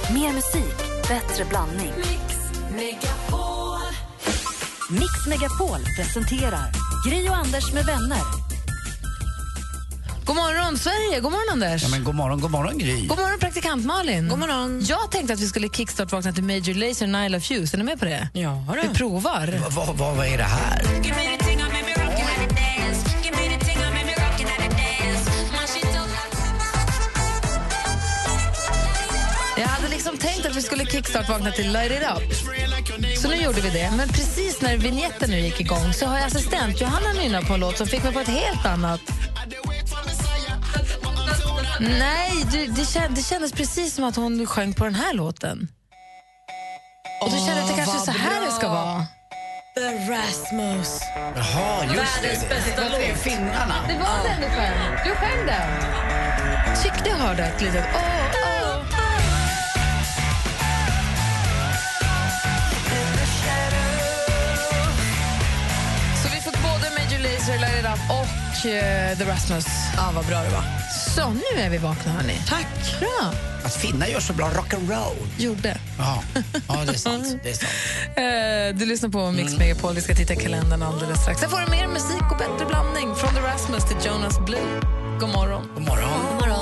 Mer musik, bättre blandning. Mix Megapol presenterar Gry och Anders med vänner. God morgon Sverige, god morgon Anders. Ja, men god morgon Gry. God morgon praktikant Malin. God morgon. Jag tänkte att vi skulle kickstart-vakna till Major Lazer och Nyla Fuse. Är ni med på det? Ja, vi provar. Vad är det här? Jag hade liksom tänkt att vi skulle kickstart-vakna till Light It Up. Så nu gjorde vi det. Men precis när vignetten nu gick igång så har jag assistent Johanna nynna på en låt som fick mig på ett helt annat. Nej, det kändes precis som att hon sjöng på den här låten. Och då kände jag att det kanske så här det ska vara. The Rasmus. Jaha, just Världens bästa låt. Det är finnarna. Det var den du sjöng. Du sjöng den. Tyckte jag hörde ett litet Så vi fick både Major Lazer, Light It Up och The Rasmus. Ja, vad bra det var. Så nu är vi vakna, hörni. Tack. Bra. Att finna gör så bra rock'n'roll. Gjorde. Ja, det är sant. Det är sant. Du lyssnar på Mix Megapol. Vi ska titta i kalendern alldeles strax. Sen får du mer musik och bättre blandning. Från The Rasmus till Jonas Blue. God morgon. God morgon. God morgon.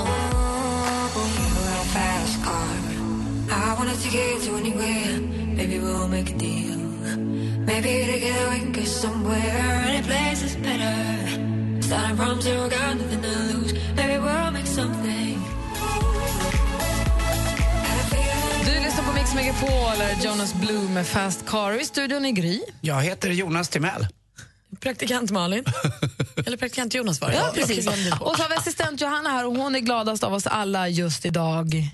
I wanna take you to anywhere. Maybe we'll make a deal. Maybe together we can go somewhere. Any place is better. Starting from zero, got nothing to lose. Maybe we'll make something. Du lyssnar på Mix Megapol. Jonas Blue med Fast Car. I studion i Gry. Jag heter Jonas Timell. Praktikant Malin. Eller praktikant Jonas var det. Ja, precis. Och så har vi assistent Johanna här och hon är gladast av oss alla just idag.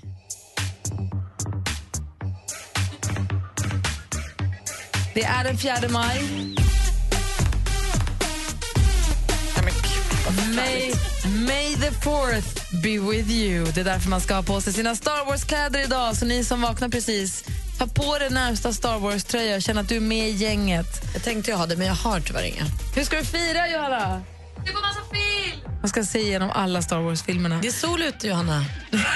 Det är den 4 maj. May the 4th be with you. Det är därför man ska ha på sig sina Star Wars-kläder idag. Så ni som vaknar precis, ta på dig närmsta Star Wars-tröja och känna att du är med i gänget. Jag tänkte jag ha det, men jag har tyvärr inga. Hur ska du fira, Johanna? Det går massa film! Man ska se igenom alla Star Wars-filmerna. Det är sol ute, Johanna.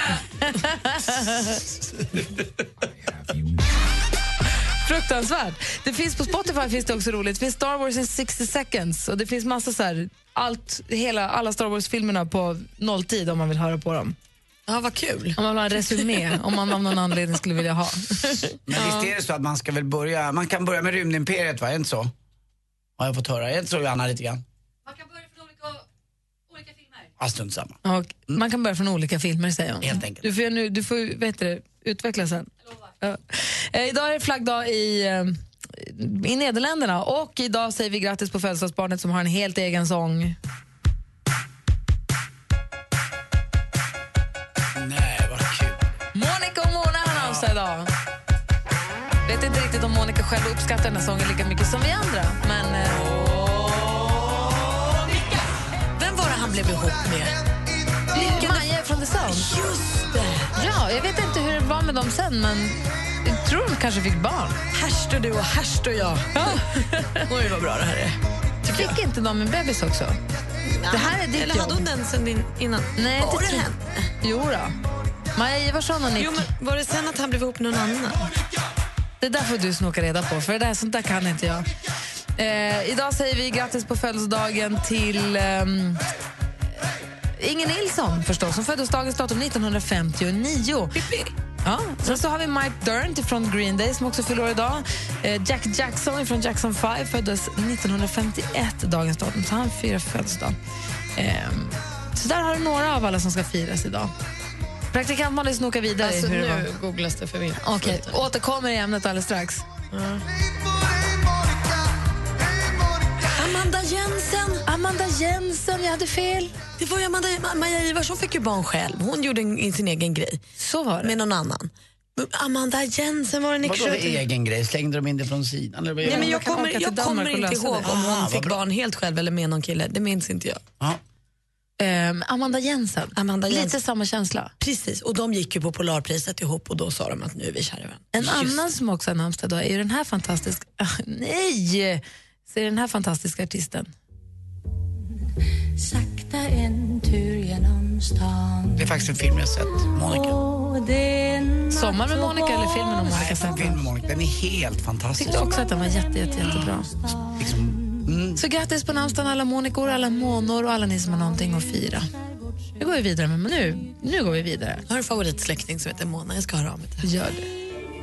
Fruktansvärt. Det finns på Spotify finns det också roligt. Det finns Star Wars in 60 seconds och det finns massa så här alla Star Wars-filmerna på nolltid om man vill höra på dem. Ja, vad kul. Om man vill ha en resumé om man av någon anledning skulle vilja ha. Men visst är det så att man ska väl börja, man kan börja med Rymdimperiet, va? Är det inte så? Har jag fått höra. Är det inte så, Johanna, lite grann? Man kan börja från olika filmer. Ja, strunt samma. Och man kan börja från olika filmer, säger hon. Helt enkelt. Du får vet du, utveckla sen. Ja. Idag är det flaggdag i Nederländerna och idag säger vi grattis på födelsedagsbarnet som har en helt egen sång. Nej, vad kul. Monica och Mona har namnsdag idag. Vet inte riktigt om Monica själv uppskattar den här sången lika mycket som vi andra, men Vem var det han blev ihop med? Maja från The Sound. Just det. Ja, jag vet inte hur det var med dem sen, men jag tror de kanske fick barn. Här står du och här står jag. Oj, vad bra det här är. Fick inte de en bebis också? Ja, det här är ditt eller hade hon den sen innan? Nej, var det henne? Jo då. Maja Ivarsson och Nick. Jo, men var det sen att han blev ihop med någon annan? Det där får du snoka reda på, för det där, sånt där kan inte jag. Idag säger vi grattis på födelsedagen till Inge Nilsson förstås, som föddes dagens datum 1959. Ja, sen så har vi Mike Dirnt från Green Day som också fyller år idag. Jack Jackson från Jackson 5 föddes 1951 dagens datum, så han firar födelsedag. Så där har du några av alla som ska firas idag. Praktikant Malin snokar vidare. Alltså, hur det nu googlas det för mig. Okej, återkommer i ämnet alldeles strax. Amanda Jensen, jag hade fel. Det var ju Maja Ivarsson fick ju barn själv. Hon gjorde sin egen grej. Så var det. Med någon annan. Amanda Jensen var det Nick Vadå egen grej? Slängde de in det från sidan? Eller Nej, men jag kan åka till kommer Danmark och inte lösa ihåg det. om hon vad fick bra. barn helt själv eller med någon kille. Det minns inte jag. Ja. Amanda Jensen. Lite samma känsla. Precis, och de gick ju på Polarpriset ihop och då sa de att nu är vi kära vän. En annan som också har namnsdag är ju den här fantastiska... nej! Så är den här fantastiska artisten. Sakta en tur genom stan. Det är faktiskt en film jag sett, Monica. Sommar med Monica eller filmen om Monica Zetterlund? Filmen med Monica, den är helt fantastisk. Jag tyckte också att den var jättebra. Så grattis på namnsdagen alla Monikor, alla Monor och alla ni som har någonting att fira. Nu går vi vidare, men nu går vi vidare. Jag har en favoritsläkting som heter Mona, jag ska höra om det. Gör det.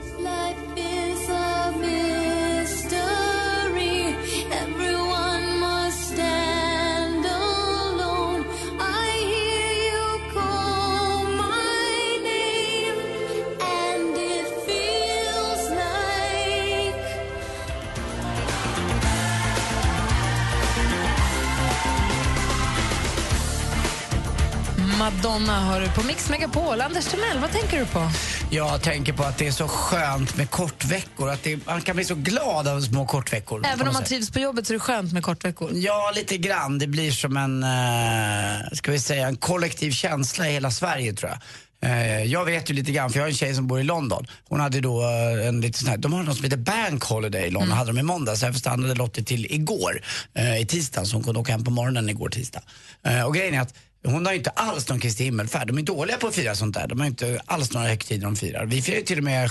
Madonna har du på Mix Megapol. Anders Timell, vad tänker du på? Jag tänker på att det är så skönt med kortveckor. Att man kan bli så glad av små kortveckor. Även om man trivs på jobbet så är det skönt med kortveckor? Ja, lite grann. Det blir som en kollektiv känsla i hela Sverige, tror jag. Jag vet ju lite grann, för jag har en tjej som bor i London. Hon hade då en lite sån här, de har något som heter Bank Holiday i London, hade de i måndag. Så jag stannade Lottie till igår, i tisdag, så hon kunde åka hem på morgonen igår tisdag. Och grejen är att hon har ju inte alls någon Kristi himmelfärd. De är dåliga på att fira sånt där. De har inte alls några högtider de firar. Vi firar ju till och med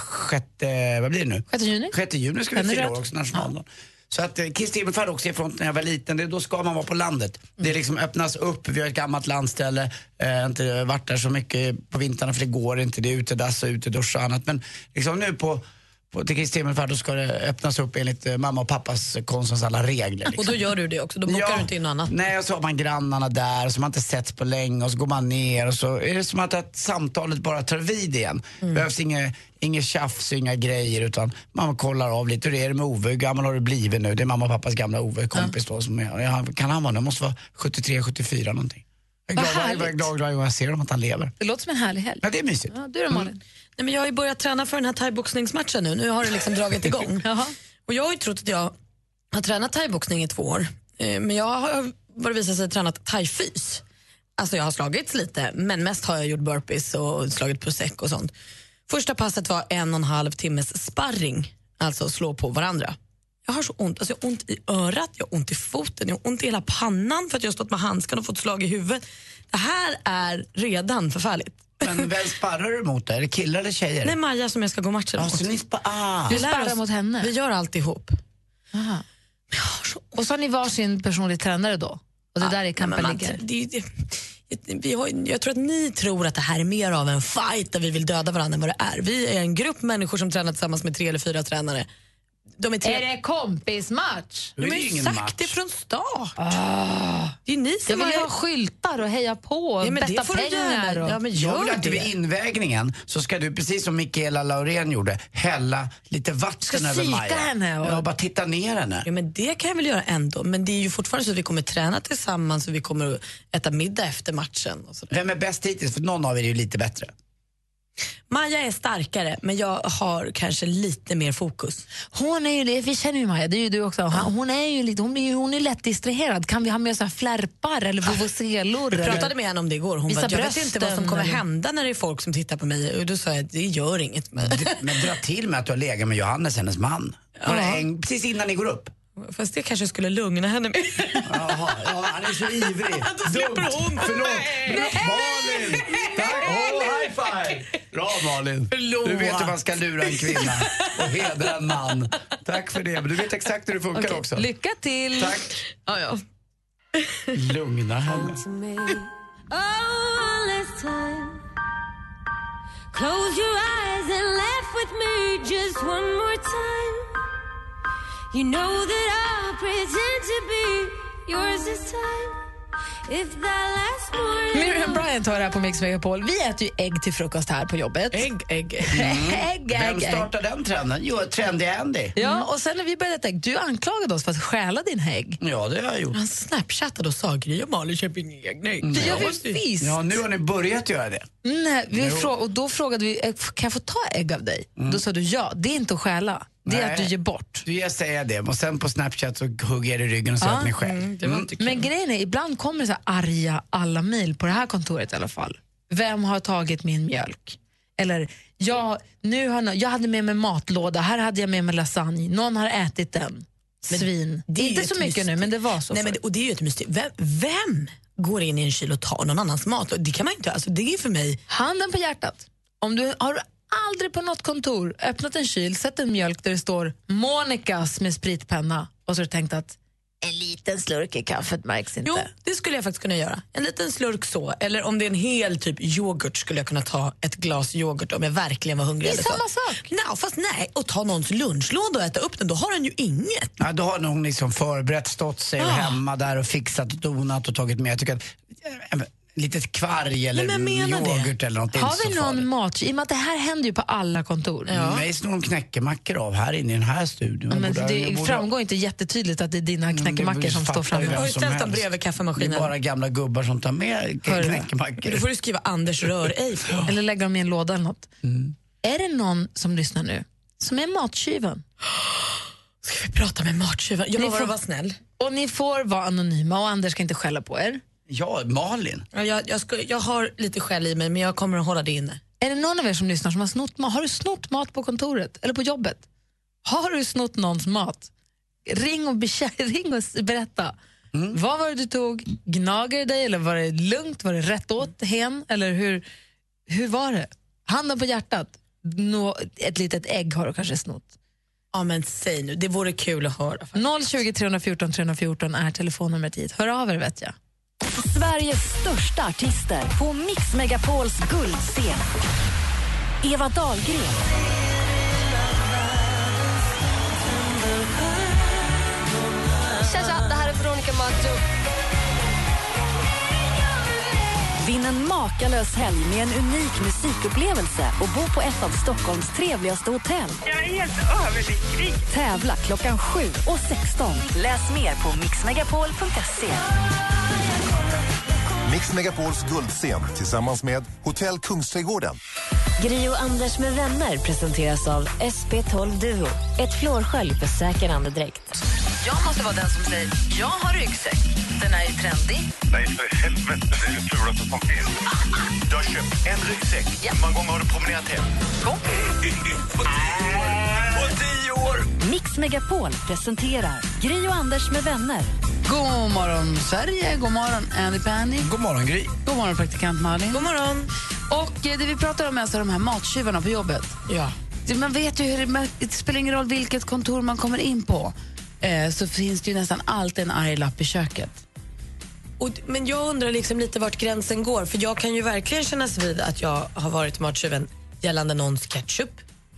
6 juni. 6 juni ska vi fira också, nationaldagen. Så att Kristi himmelfärd också ifrån när jag var liten, då ska man vara på landet. Det liksom öppnas upp, vi har ett gammalt landställe. Inte varit där så mycket på vintrarna för det går inte. Det är utedass och utedusch och annat. Men liksom nu till Kristi himmelfärd då ska det öppnas upp enligt mamma och pappas konstens alla regler. Liksom. Och då gör du det också, då bokar du inte in något annat. Nej, och så har man grannarna där som man inte setts på länge och så går man ner och så är det som att samtalet bara tar vid igen. Behövs inget tjafs, inga grejer, utan man kollar av lite. Hur är det med Ove? Hur gammal har du blivit nu? Det är mamma och pappas gamla Ove, kompis då. Kan han vara nu? Måste vara 73-74 någonting. Jag är glad varje gång jag ser att han lever. Det låter som en härlig helg. Ja, det är mysigt. Ja, du då, Malin? Nej, men jag har ju börjat träna för den här thaiboxningsmatchen nu. Nu har det liksom dragit igång. Och jag har ju trott att jag har tränat thaiboxning i 2 år. Men jag har, vad det visar sig, tränat thaifys. Alltså jag har slagits lite, men mest har jag gjort burpees och slagit prosecco och sånt. Första passet var 1,5 timmes sparring, alltså slå på varandra. Jag har så ont, alltså jag har ont i örat, jag har ont i foten, jag har ont i hela pannan för att jag har stått med handskan och fått slag i huvudet. Det här är redan förfärligt. Men vem sparrar du mot? Är det killar eller tjejer? Nej, Maja som jag ska gå matchen mot. Så ni Du sparrar mot henne? Vi gör allt ihop. Aha. Och så har ni varsin personlig tränare då? Och det där är kampen ligger? Jag tror att ni tror att det här är mer av en fight där vi vill döda varandra än vad det är. Vi är en grupp människor som tränar tillsammans med 3 eller 4 tränare. Är det kompismatch? Det är ingen match. Det från start. Det är ni som jag vill ha skyltar och heja på och betta pengar. Ja, men jag vill gör att det. vid invägningen så ska du, precis som Mikaela Laurén gjorde, hälla lite vatten över Maja. Henne och bara titta ner henne. Ja, men det kan jag väl göra ändå. Men det är ju fortfarande så att vi kommer träna tillsammans och vi kommer att äta middag efter matchen. Och vem är bäst hittills? För någon av er är ju lite bättre. Maja är starkare, men jag har kanske lite mer fokus. Hon är ju det, vi känner ju Maja, det är ju du också. Hon är ju lite, hon är lätt distraherad. Kan vi ha med så här flärpar eller vuvuzelor? Jag pratade med henne om det igår. Hon bara, jag vet inte vad som kommer hända när det är folk som tittar på mig. Och då sa jag, det gör inget. Men dra till med att du har legat med Johannes, hennes man. Precis innan ni går upp. Fast det kanske skulle lugna henne mer. Jaha, han är så ivrig. Då släpper hon. Förlåt. Malin. Tack. High five. Bra, Malin. Förlåt. Du vet hur man ska lura en kvinna och hedra en man. Tack för det. Men du vet exakt hur det funkar också. Lycka till. Tack. Ja. Lugna henne. Close your eyes and laugh with me just one more time. You know that I'll pretend to be yours this time. If that last morning. Miriam Bryant har det här på Mix Megapol. Vi äter ju ägg till frukost här på jobbet. Ägg. Vem startade den trenden? Jo, Trendy Andy. Ja, och sen när vi började äta ägg, du anklagade oss för att stjäla din ägg. Ja, det har jag gjort. Han snapchattade och sa, Gry och Malin köper inga egna ägg. Det gör vi visst. Ja, nu har ni börjat göra det. Nej, och då frågade vi, kan jag få ta ägg av dig? Då sa du ja, det är inte att stjäla. Det är att du ger bort. Jag säger det, och sen på Snapchat så hugger jag i ryggen och säger att ni själv. Men grejen är, ibland kommer det så här arga alla mejl på det här kontoret i alla fall. Vem har tagit min mjölk? Eller, jag hade med mig matlåda, här hade jag med mig lasagne. Någon har ätit den. Svin. Det är inte så mycket nu, men det var så. Nej, och det är ju ett mysterium. Vem går in i en kyl och tar någon annans mat? Det kan man inte, alltså det är för mig. Handen på hjärtat. Har du aldrig på något kontor öppnat en kyl, sett en mjölk där det står Monikas med spritpenna och så har du tänkt att en liten slurk i kaffet märks inte. Jo, det skulle jag faktiskt kunna göra. En liten slurk så. Eller om det är en hel typ yoghurt skulle jag kunna ta ett glas yoghurt om jag verkligen var hungrig. Det är samma sak. Nej, fast nej. Och ta någons lunchlåda och äta upp den, då har den ju inget. Ja, då har någon liksom förberett, stått sig hemma där och fixat och donat och tagit med. Jag tycker att litet kvarg eller yoghurt eller något. Har vi någon mat? I och med att det här händer ju på alla kontor. Mig snor de knäckemackor av här inne i den här studion. Men det framgår inte jättetydligt att det är dina knäckemackor som står framme. Jag har ju ställt dem bredvid kaffemaskinen. Det är bara gamla gubbar som tar med knäckemackor. Då får du skriva Anders rör ej på. Eller lägga dem i en låda eller något. Är det någon som lyssnar nu som är matkyven? Ska vi prata med matkyven? Jag lovar att vara snäll. Och ni får vara anonyma och Anders ska inte skälla på er. Ja, Malin. Ja, jag har lite skäll i mig, men jag kommer att hålla det inne. Är det någon av er som lyssnar som har snott mat? Har du snott mat på kontoret eller på jobbet? Har du snott någons mat? Ring och berätta. Vad var det du tog? Gnager det dig eller var det lugnt? Var det rätt åt hen? Eller hur var det? Handen på hjärtat. Ett litet ägg har du kanske snott. Ja, men säg nu, det vore kul att höra. 020 314 314 är telefonnumret hit. Hör av er, vet jag. Sveriges största artister på Mix Megapols guldscen. Eva Dahlgren. Tja, det här är Veronica Maggio. Vinn en makalös helg med en unik musikupplevelse och bo på ett av Stockholms trevligaste hotell. Jag är helt överlycklig. Tävla klockan 7 och 16. Läs mer på mixmegapol.se. Mix Megapols guldscen tillsammans med Hotell Kungsträdgården. Gri och Anders med vänner presenteras av SP12 Duo. Ett flårskölj för säker andedräkt. Jag måste vara den som säger, jag har ryggsäck. Den är ju trendig. Nej, för helvete, det är ju fulaste som finns. Du har köpt en ryggsäck. Ja. Hur många gånger har du promenerat hem? På 10 år. Mix Megapol presenterar Gri och Anders med vänner. God morgon Sverige, god morgon Andy Penny. God morgon Gry. God morgon praktikant Malin. God morgon. Och det vi pratar om är alltså de här mattjuvarna på jobbet. Ja. Man vet ju hur det spelar ingen roll vilket kontor man kommer in på. Så finns det ju nästan alltid en arg lapp i köket. Men jag undrar liksom lite vart gränsen går. För jag kan ju verkligen kännas vid att jag har varit matchuven gällande någons ketchup.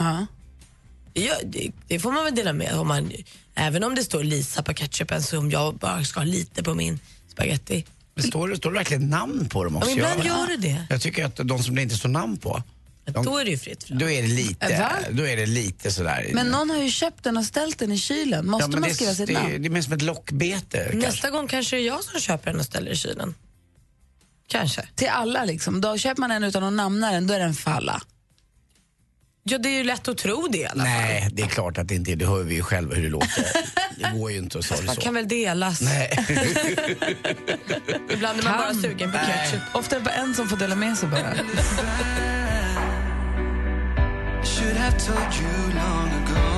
Det får man väl dela med. Även om det står Lisa på ketchupen, så om jag bara ska ha lite på min spaghetti. Men står det verkligen namn på dem också? Ja, ibland gör det. Jag tycker att de som det inte står namn på, då är det ju fritt fram. Då är det lite sådär. Men någon har ju köpt den och ställt den i kylen. Måste man skriva sitt namn? Det är mer som ett lockbete. Nästa gång kanske det är jag som köper den och ställer i kylen. Kanske. Till alla liksom. Då köper man en utan att namna den, då är den för alla. Ja, det är ju lätt att tro det i alla fall. Nej, det är klart att det inte är. Det hör vi ju själva hur det låter. Det går ju inte att säga så. Man kan väl delas. Nej. Ibland är man bara sugen på ketchup. Ofta är det bara en som får dela med sig bara. Should have told you long ago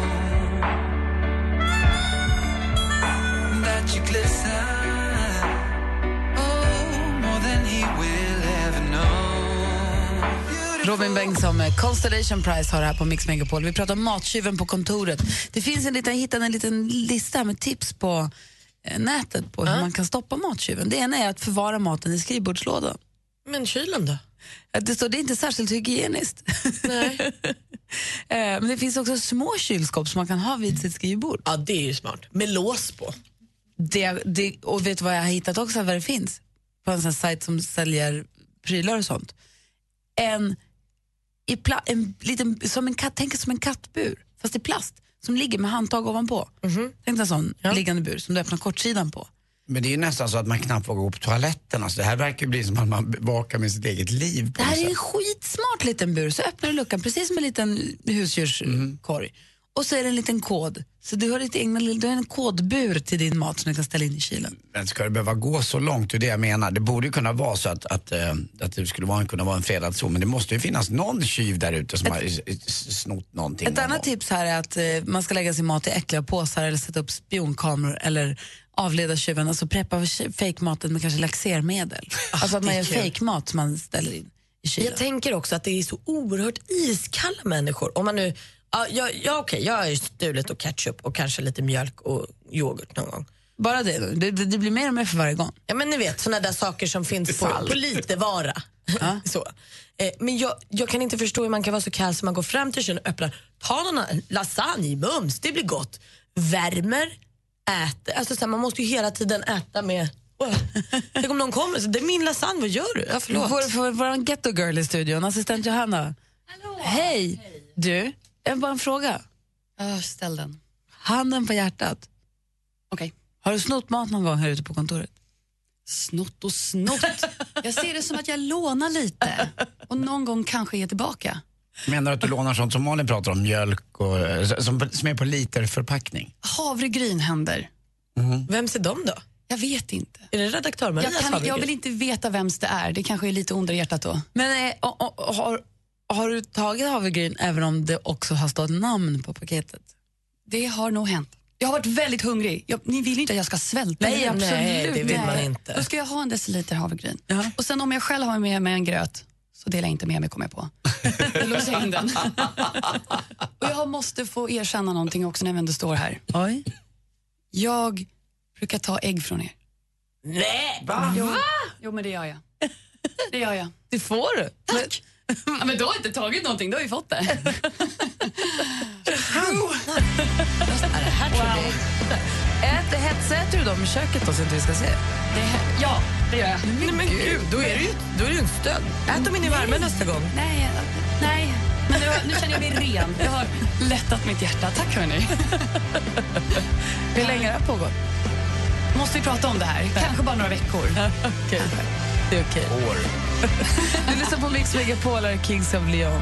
that you glisten, oh, more than he will ever know. Robin Bengtsson med Constellation Prize har det här på Mix Megapol. Vi pratar om mattjuven på kontoret. Det finns jag hittade en liten lista med tips på nätet på hur man kan stoppa mattjuven. Det ena är att förvara maten i skrivbordslådan. Men kylen då? Det är inte särskilt hygieniskt. Nej. Men det finns också små kylskåp som man kan ha vid sitt skrivbord. Ja, det är ju smart. Med lås på. Och vet du vad jag har hittat också, vad det finns? På en sån här sajt som säljer prylar och sånt. En liten, tänk som en kattbur, fast i plast, som ligger med handtag ovanpå. Tänk en sån liggande bur som du öppnar kortsidan på. Men det är ju nästan så att man knappt vågar gå på toaletten. Alltså, det här verkar bli som att man vakar med sitt eget liv. Det här är en skitsmart liten bur. Så öppnar du luckan precis som en liten husdjurskorg. Och så är det en liten kod. Så du har du har en kodbur till din mat som du kan ställa in i kylen. Men ska det behöva gå så långt? Det är det jag menar. Det borde ju kunna vara så att det skulle kunna vara en fredad zon. Men det måste ju finnas någon tjyv där ute som har snott någonting. Ett annat tips här är att man ska lägga sin mat i äckliga påsar eller sätta upp spionkameror eller avleda tjuven. Alltså preppa fejkmaten med kanske laxermedel. Alltså att man gör fejkmat som man ställer in i kylen. Jag tänker också att det är så oerhört iskalla människor. Om man nu, okej, jag har ju stulit och ketchup och kanske lite mjölk och yoghurt någon gång. Bara det blir mer och mer för varje gång. Ja, men ni vet, såna där saker som finns på lite vara. Så. Men jag kan inte förstå hur man kan vara så kall som man går fram till kylen och öppnar, tar någon lasagne, mums, det blir gott. Värmer, äter. Alltså, så här, man måste ju hela tiden äta med... Tänk om någon kommer, så det är min lasagne, vad gör du? Ja, förlåt. Vår ghetto girl i studion, assistent Johanna. Hallå. Hej. Du, jag har bara en fråga. Ställ den. Handen på hjärtat. Okej. Har du snott mat någon gång här ute på kontoret? Snott och snott. Jag ser det som att jag lånar lite och någon gång kanske ger tillbaka. Menar du att du lånar sånt som Malin pratar om, mjölk och, som är på literförpackning? Havregryn händer. Vem ser de då? Jag vet inte. Är det redaktör Marias jag vill inte veta vems det är. Det kanske är lite onda hjärtat då. Men har du tagit havregryn även om det också har stått namn på paketet? Det har nog hänt. Jag har varit väldigt hungrig. Ni vill inte att jag ska svälta. Nej, absolut. Nej, det vill man inte. Då ska jag ha en deciliter havregryn. Ja. Och sen om jag själv har med mig en gröt så delar jag inte med mig, kommer jag på. Jag låser in den. Och jag måste få erkänna någonting också när vi ändå står här. Oj. Jag brukar ta ägg från er. Nej! Va? Jo, men det gör jag. Det gör jag. Det får du. Tack. Men då har jag inte tagit någonting, då har vi fått det. Hetsäter du dem i köket då så att vi ska se? Ja, det gör jag. Nej, men gud, då är det ju en stöld. Ät dem in i värmen nästa gång. Nej. Men nu känner jag mig ren. Jag har lättat mitt hjärta. Tack, hörni. Hur länge har det pågått? Måste vi prata om det här? Kanske bara några veckor. Okay. Det är okej. År. Du lyssnar på Mix Megapol, Kings of Leon.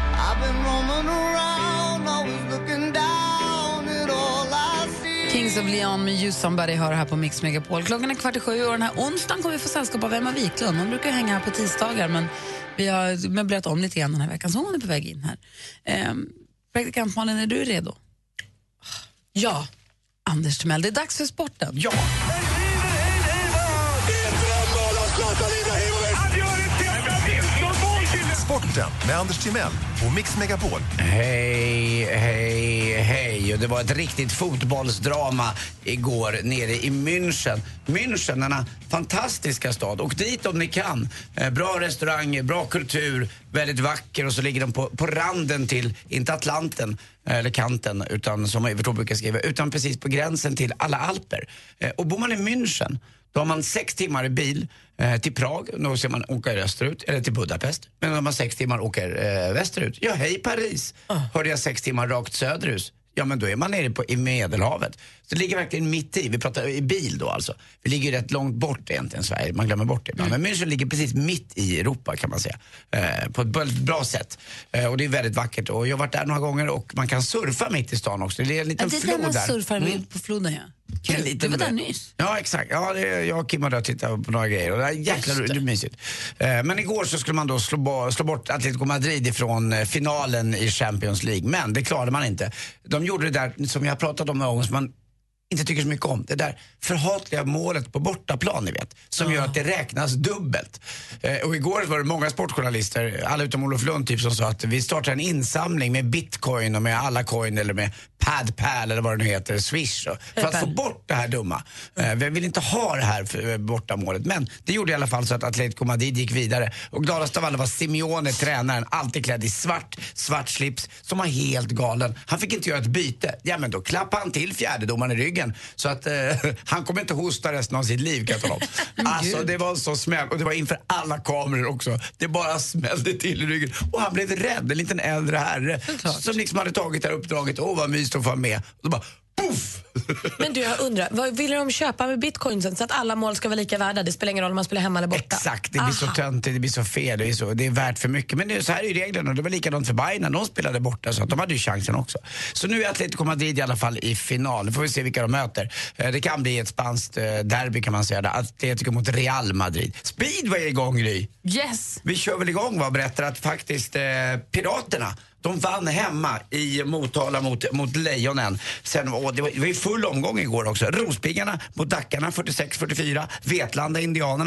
Kings of Leon med Just Somebody hör här på Mix Megapol. Klockan är 6:15 och den här onsdagen kommer vi få sällskap av Emma Wiklund. Hon brukar hänga här på tisdagar, men vi har möblerat om lite grann den här veckan, så hon är på väg in här. Praktikant Malin, är du redo? Ja. Anders Timell, det är dags för sporten. Ja! Sporten med Anders Timell och Mix Megapol. Hej. Och det var ett riktigt fotbollsdrama igår nere i München. München, denna fantastiska stad. Åk dit om ni kan. Bra restauranger, bra kultur, väldigt vacker. Och så ligger de på randen till, inte Atlanten eller kanten, utan som Everton brukar skriva, utan precis på gränsen till alla Alper. Och bor man i München, då har man 6 timmar i bil till Prag, då ska man åka österut, eller till Budapest. Men om man 6 timmar åker västerut, ja hej Paris, hörde jag 6 timmar rakt söderut. Ja, men då är man nere i Medelhavet. Så det ligger verkligen mitt i. Vi pratar i bil då alltså. Vi ligger ju rätt långt bort egentligen Sverige. Man glömmer bort det ibland. Men München ligger precis mitt i Europa kan man säga. På ett väldigt bra sätt. Och det är väldigt vackert. Och jag har varit där några gånger och man kan surfa mitt i stan också. Det är en liten flod där. Det är där man surfar på floden, ja. Du var där nyss. Ja, exakt. Ja, jag och Kim har tittat på några grejer. Och det är jäkla mysigt. Men igår så skulle man då slå bort Atletico Madrid ifrån finalen i Champions League. Men det klarade man inte. De gjorde det där som jag har pratat om några gånger som man inte tycker så mycket om. Det där förhatliga målet på bortaplan, ni vet. Som gör att det räknas dubbelt. Och igår var det många sportjournalister, alla utom Olof Lund typ, som sa att vi startar en insamling med bitcoin och med alla coin eller med PadPal eller vad det nu heter, Swish. För att få bort det här dumma. Vi vill inte ha det här bortamålet. Men det gjorde i alla fall så att Atletico Madrid gick vidare. Och gladast av alla var Simeone, tränaren, alltid klädd i svart slips, som var helt galen. Han fick inte göra ett byte. Ja, men då klappade han till fjärdedomaren i ryggen. Så att han kommer inte hosta resten av sitt liv, kan jag tala om. Alltså det var så smäll. Och det var inför alla kameror också. Det bara smällde till i ryggen. Och han blev rädd, en liten äldre herre. Som liksom hade tagit det här uppdraget. Vad mysigt att få med. Och då bara, puff! Men du, jag undrar, vad vill de köpa med bitcoinsen så att alla mål ska vara lika värda? Det spelar ingen roll om man spelar hemma eller borta. Exakt, det blir så töntigt, det blir så fel, det är värt för mycket. Men så här är ju reglerna, det var likadant för Bayern när de spelade borta, så att de hade ju chansen också. Så nu är Atletico Madrid i alla fall i final. Nu får vi se vilka de möter. Det kan bli ett spanskt derby kan man säga, där Atletico mot Real Madrid. Speedway är igång, Gry. Yes. Vi kör väl igång, va, berättar att faktiskt Piraterna, de vann hemma i Motala mot Lejonen. Sen, det var ju full omgång igår också. Rospiggarna mot Dackarna 46-44. Vetlanda Indianerna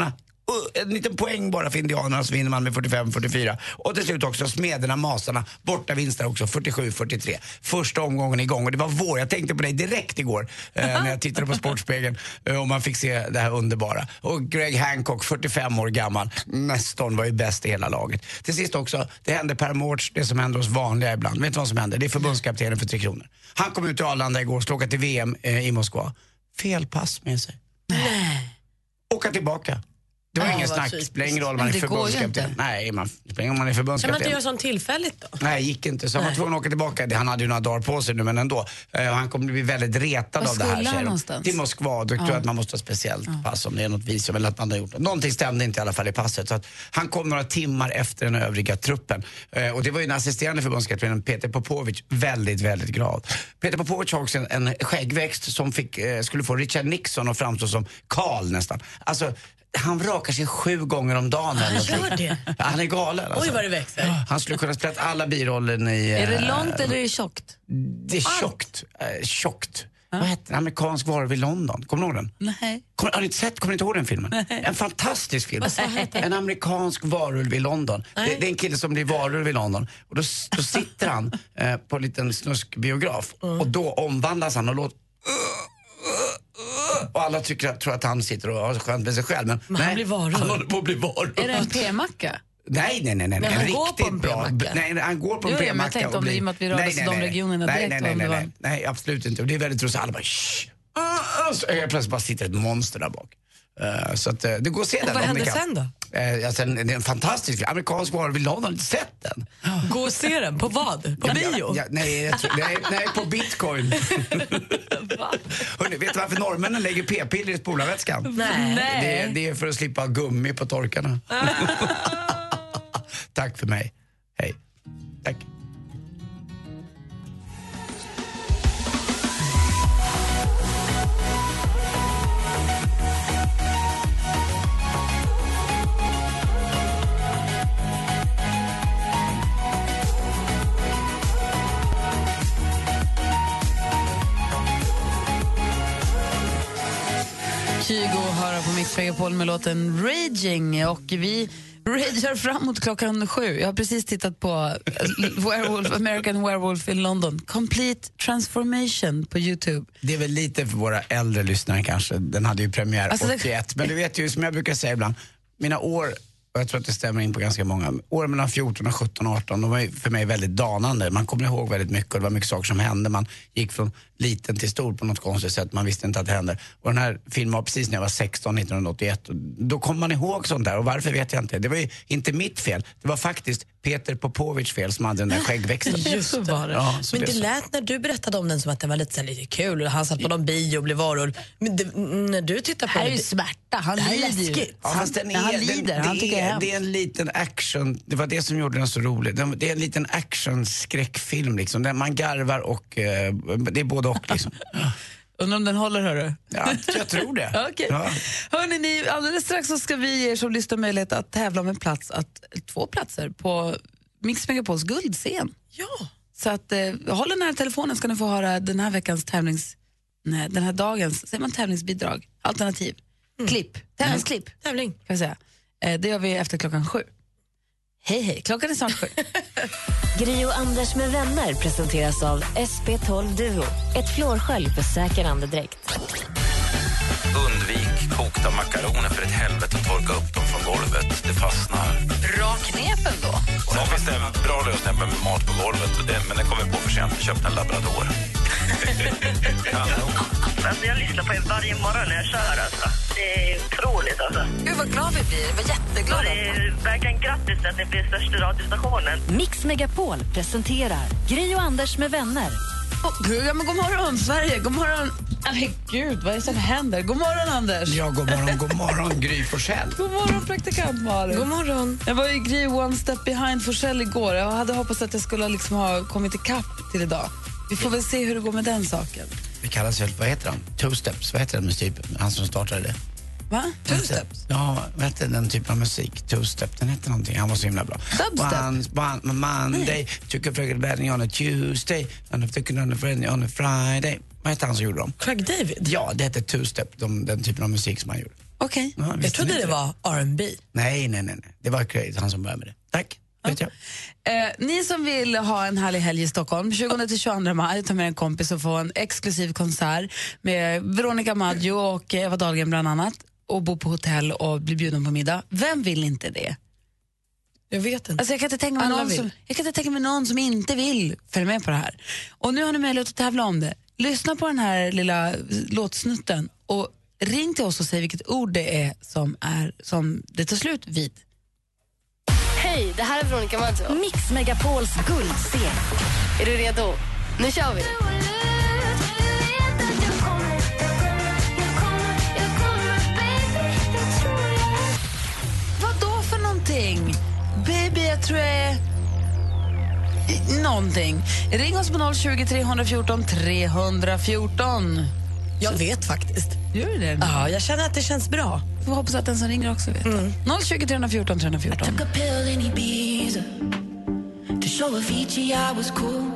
en liten poäng bara för indianerna, så vinner man med 45-44. Och till slut också Smederna, Masarna, borta vinster också 47-43. Första omgången igång och det var vår. Jag tänkte på dig direkt igår när jag tittade på Sportspegeln och man fick se det här underbara. Och Greg Hancock, 45 år gammal, nästan var ju bäst i hela laget. Till sist också, det hände Per Mårts, det som händer hos vanliga ibland. Vet du vad som hände? Det är förbundskaptenen för 3 kronor. Han kom ut till Arlanda igår och skulle åka till VM i Moskva. Fel pass med sig. Nej. Åka tillbaka. Det var ingen snack, spelar ingen roll om man är förbundskapten. Nej, man spelar om man är förbundskapten. Kan man inte göra sånt tillfälligt då? Nej, gick inte. Så han var tvungen att åka tillbaka. Han hade ju några dagar på sig nu, men ändå. Han kommer bli väldigt retad av det här. Skulle han någonstans? Till Moskva. Då tror jag att man måste ha speciellt pass om det är något visum eller att man har gjort det. Någonting stämde inte i alla fall i passet. Så att han kom några timmar efter den övriga truppen. Och det var ju en assisterande förbundskapten, Peter Popovic, väldigt, väldigt glad. Peter Popovic har också en skäggväxt som skulle få Richard Nixon att framstå som Karl nästan. Alltså, han rakar sig 7 gånger om dagen. Han gör det? Ja, han är galen. Alltså. Oj, vad det växer. Han skulle kunna spela alla birollen i... Är det långt eller är det tjockt? Det är tjockt. Tjockt. Vad heter den? Amerikansk varulv i London. Kommer ni ihåg den? Nej. Har ni inte sett? Kommer ni inte ihåg den filmen? Nej. En fantastisk film. En amerikansk varulv i London. Det är en kille som blir varulv i London. Och då sitter han på en liten snuskbiograf. Och då omvandlas han och låter... Och alla tror att han sitter och har skönt med sig själv. Men nej, han blir varulv. Han håller på att bli varulv. Är det en p-macka? Nej. En han riktigt bra. Nej, han går på en p-macka. Jag tänkte om det i och med att vi rörde oss i de regionerna direkt. Nej, absolut inte. Och det är väldigt roligt. Alla bara så plötsligt bara sitter ett monster där bak. Så att det går att se den. Vad händer sen då? Alltså, det är en fantastisk amerikansk varulv i London. Har inte sett den? Gå och se den. På vad? På bio? Nej, på Bitcoin. Hörrni, vet du varför norrmännen lägger p-piller i spolarvätskan? Nej. Det är för att slippa gummi på torkarna. Tack för mig. Hej. Tack. Kygo höra på Mix Megapol med låten Raging och vi ragear fram mot 7. Jag har precis tittat på American Werewolf in London. Complete Transformation på YouTube. Det är väl lite för våra äldre lyssnare kanske. Den hade ju premiär 81. Men du vet ju, som jag brukar säga ibland, mina år, och jag tror att det stämmer in på ganska många, år mellan 14 och 17 och 18, de var ju för mig väldigt danande. Man kommer ihåg väldigt mycket och det var mycket saker som hände. Man gick från liten till stor på något konstigt sätt. Man visste inte att det hände. Och den här filmen var precis när jag var 16, 1981. Och då kommer man ihåg sånt där. Och varför vet jag inte. Det var ju inte mitt fel. Det var faktiskt Peter Popovic fel som hade den där skäggväxten. Just det. Var det. Ja, men det lät när du berättade om den som att den var lite kul. Och han satt på någon bio och blev varulv. Men när du tittar på det... här är ju smärta. Han lider. Ja, fast det är en liten action. Det var det som gjorde den så rolig. Det är en liten action-skräckfilm liksom. Där man garvar och det är både och liksom. Undrar om den håller, hörru? Ja, jag tror det. Okay. Ja. Hörrni, alldeles strax så ska vi ge er som lyssnar möjlighet att tävla om en plats, 2 platser på Mix Megapols guldscen. Ja. Så att håll den här telefonen ska ni få höra den här veckans den här dagens, säger man tävlingsbidrag, alternativ, klipp, tävlingsklipp. Tävling. Kan vi säga. Det gör vi efter 7. Hej, klockan är snart 7. Gri och Anders med vänner presenteras av SP12 Duo. Ett flårskölj för säker andedräkt. Undvik kokta makaroner för ett helvete och torka upp dem från golvet. Det fastnar. Bra knepen då. Och sen finns det en bra lösning med mat på golvet. Men den kommer på för sent. Jag köpte en labrador. Alltså, jag lyssnar på er varje morgon när jag kör. Alltså. Det är otroligt. Alltså. Gud, vad glad vi blir. Vad jätteglada. Det är verkligen grattis att ni blir största radiostationen. Mix Megapol presenterar Gri och Anders med vänner. Ja, men god morgon, Sverige. God morgon. Gud, vad är det som händer? God morgon, Anders. Ja, god morgon, Gry Forssell. God morgon, praktikant Malin. God morgon. Jag var i Gry One Step Behind Forssell igår. Jag hade hoppats att jag skulle ha kommit ikapp till idag. Vi får väl se hur det går med den saken. Det kallas väl, vad heter han? Two Steps, vad heter den musiken? Han som startade det. Va? Two Steps? Ja, vad heter den typen av musik? Two Step, den heter någonting. Han var så himla bra. Dubstep? Monday, took a frigate wedding on a Tuesday, and I've taken on a wedding on a Friday. Vad heter han som gjorde dem? Craig David? Ja, det heter Two Step, den typen av musik som han gjorde. Okej. Ja, Jag trodde det var R&B. Nej. Det var Craig, han som började med det. Tack. Ni som vill ha en härlig helg i Stockholm 20-22 maj, ta med en kompis och få en exklusiv konsert med Veronica Maggio och Eva Dahlgren bland annat, och bo på hotell och bli bjuden på middag. Vem vill inte det? Jag vet inte. Alltså jag kan inte tänka mig någon som inte vill följa med på det här. Och nu har ni möjlighet att tävla om det. Lyssna på den här lilla låtsnutten och ring till oss och säg vilket ord det är som det tar slut vid. Hej, det här är Veronica Maggio. Mix Megapols guldscen. Är du redo? Nu kör vi! Vad då för någonting? Baby, jag tror jag är... någonting. Ring oss på 020 314 314. Jag vet faktiskt. Gör du det? Ja, jag känner att det känns bra. Vi hoppas att den som ringer också vet. 020 314 314. Took a pill in Ibiza to show Avicii I was cool.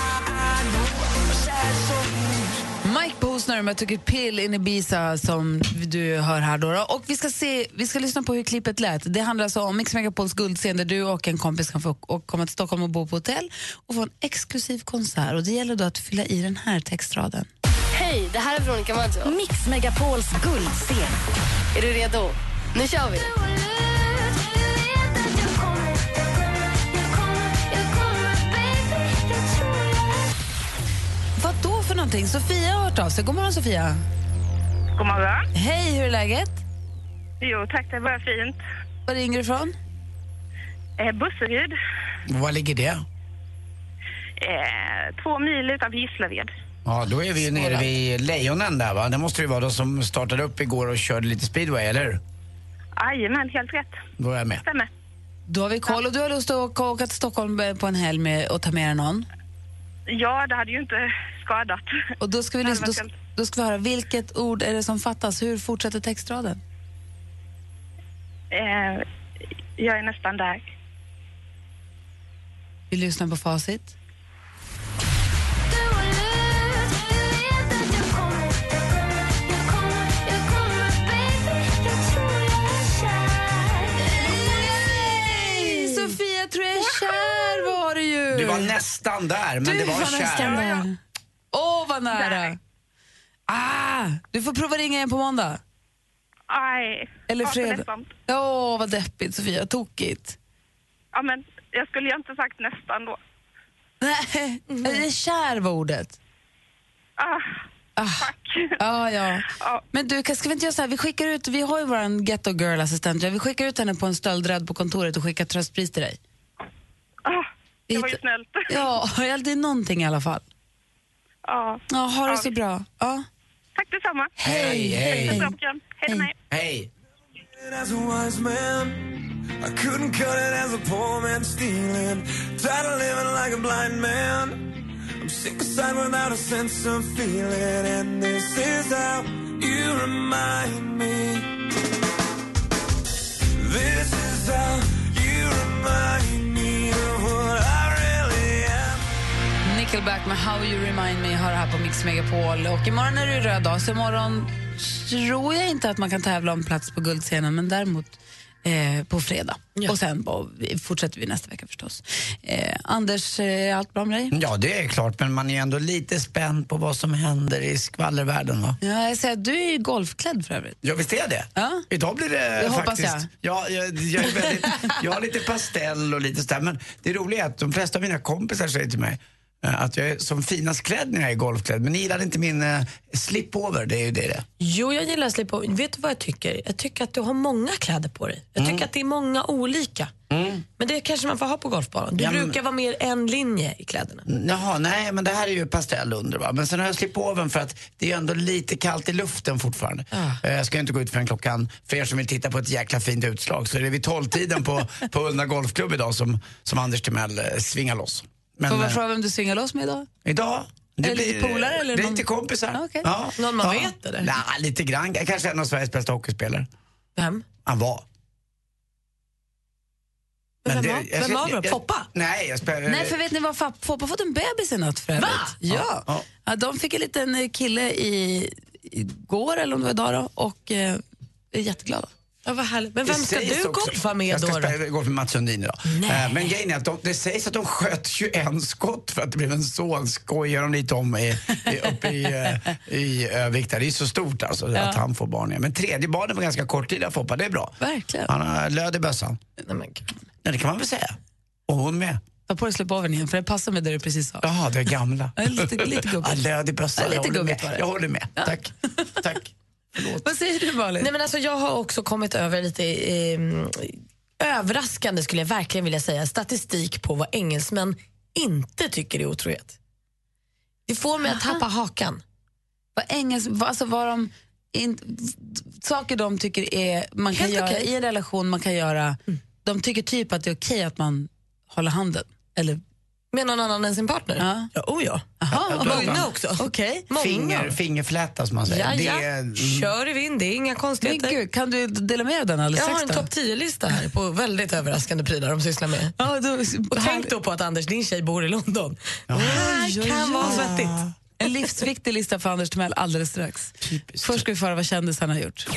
Mike Posner med Took a pill in Ibiza som du hör här då. Och vi ska lyssna på hur klippet lät. Det handlar alltså om Mix Megapols guldscen där du och en kompis kan få komma till Stockholm och bo på hotell och få en exklusiv konsert. Och det gäller då att fylla i den här textraden. Hej, det här är Veronica Maggio. Mix Megapols guldscen. Är du redo? Nu kör vi! Vad då för någonting? Sofia har hört av sig. God morgon, Sofia. God morgon. Hej, hur är läget? Jo, tack. Det var fint. Var ringer du ifrån? Busseryd. Var ligger det? 2 mil utanför Gislaved. Ja, då är vi ju nere vid Lejonen där, va? Det måste ju vara de som startade upp igår och körde lite speedway, eller? Jajamän, helt rätt. Då är jag med. Stämmer. Då har vi koll. Och du har lust att åka till Stockholm på en helg med och ta med dig någon? Ja, det hade ju inte skadat. Och då ska vi då ska vi höra, vilket ord är det som fattas? Hur fortsätter textraden? Jag är nästan där. Vi lyssnar på facit. Sofia, tror jag är kär var det ju. Du var nästan där, men det var kär. Åh, vad nära. Du får prova ringa igen på måndag. Aj. Eller fredag. Vad deppigt, Sofia. Tokigt. Ja, men jag skulle ju inte sagt nästan då. Nej, det är kär var ordet. Tack. Ja. Men du, ska vi inte göra så här? Vi har ju vår ghetto girl-assistent. Vi skickar ut henne på en stöldrädd på kontoret och skickar tröstpris till dig. Det var ju snällt. Ja, det är någonting i alla fall. Ja. Ja, ha det så bra. Ja. Tack detsamma. Hej. Hej. As a wise man, I couldn't cut it as a poor man stealing. Tired of living like a blind man. I'm sick aside without a sense of feeling. And this is how you remind me. This is how you remind me of what I really am. Nickelback med How You Remind Me har det här på Mix Megapol. Och imorgon är det röd dag, så imorgon tror jag inte att man kan tävla om plats på guldscenen, men däremot på fredag. Ja. Och sen fortsätter vi nästa vecka förstås. Anders, är allt bra med dig? Ja, det är klart, men man är ändå lite spänd på vad som händer i skvallervärlden, va? Ja, jag säger att du är ju golfklädd för övrigt. Ja, visst är det. Ja. Idag blir det faktiskt... Hoppas jag. Ja, jag är väldigt... jag har lite pastell och lite sådär, men det roliga är att de flesta av mina kompisar säger till mig att jag är som finast klädd när jag är golfklädd. Men ni gillade inte min slip-over, det är ju det. Jo, jag gillar slip-over. Vet du vad jag tycker? Jag tycker att du har många kläder på dig. Jag tycker att det är många olika. Men det kanske man får ha på golfbanan. Du brukar vara mer en linje i kläderna. Jaha, nej, men det här är ju pastell under, va? Men sen har jag slip-overn för att det är ändå lite kallt i luften fortfarande. Jag ska inte gå ut förrän klockan, för er som vill titta på ett jäkla fint utslag, så är det vid 12-tiden på Ullna Golfklubb idag som Anders Timell svingar loss. Men, får man fråga vem du svingar loss med idag? Idag? Det blir lite polare eller det är någon... lite kompisar. Okay. Ja. Någon man vet eller? Nej, lite grann. Kanske en av Sveriges bästa hockeyspelare. Vem? Han var. Vem var det? Foppa? Nej, Nej, för vet ni vad? Foppa fått en bebis i natt för övrigt. Ja. Ja, de fick en liten kille igår eller om det var idag då, och är jätteglada. Ja, vad härligt. Men vem ska du golfa med då? Jag ska gå med Mats Sundin idag. Men grejen är att det sägs att de sköt 21 skott för att det blev en son. Skojar de lite om uppe i Övik. Det är så stort alltså att han får barn igen. Men tredje barnen var ganska kort tid att få. Det är bra. Verkligen. Han har löd i bössan. Nej, det kan man väl säga. Och hon med. Ta på dig släpp av igen, för det passar med det du precis sa. Ja, det är gamla. lite gubbigt. Löd i bössan. Lite gubbigt var det. Jag håller med. Ja. Tack. Vad säger du, Malin? Nej, men alltså, jag har också kommit över lite överraskande, skulle jag verkligen vilja säga, statistik på vad engelsmän inte tycker är otrohet. Det får mig att tappa hakan. Saker de tycker är man kan göra i en relation, man kan göra. De tycker typ att det är okej att man håller handen eller med någon annan än sin partner? Ja. Många också. Okay. Fingerfläta som man säger. Kör i vind, det är inga konstigheter. Men gud, kan du dela med den alldeles strax? Jag har en topp 10-lista här på väldigt överraskande prylar de sysslar med. Och tänk då på att Anders, din tjej, bor i London. Det kan vara svettigt. En livsviktig lista för Anders Timell alldeles strax. Först ska vi föra vad kändisarna har gjort.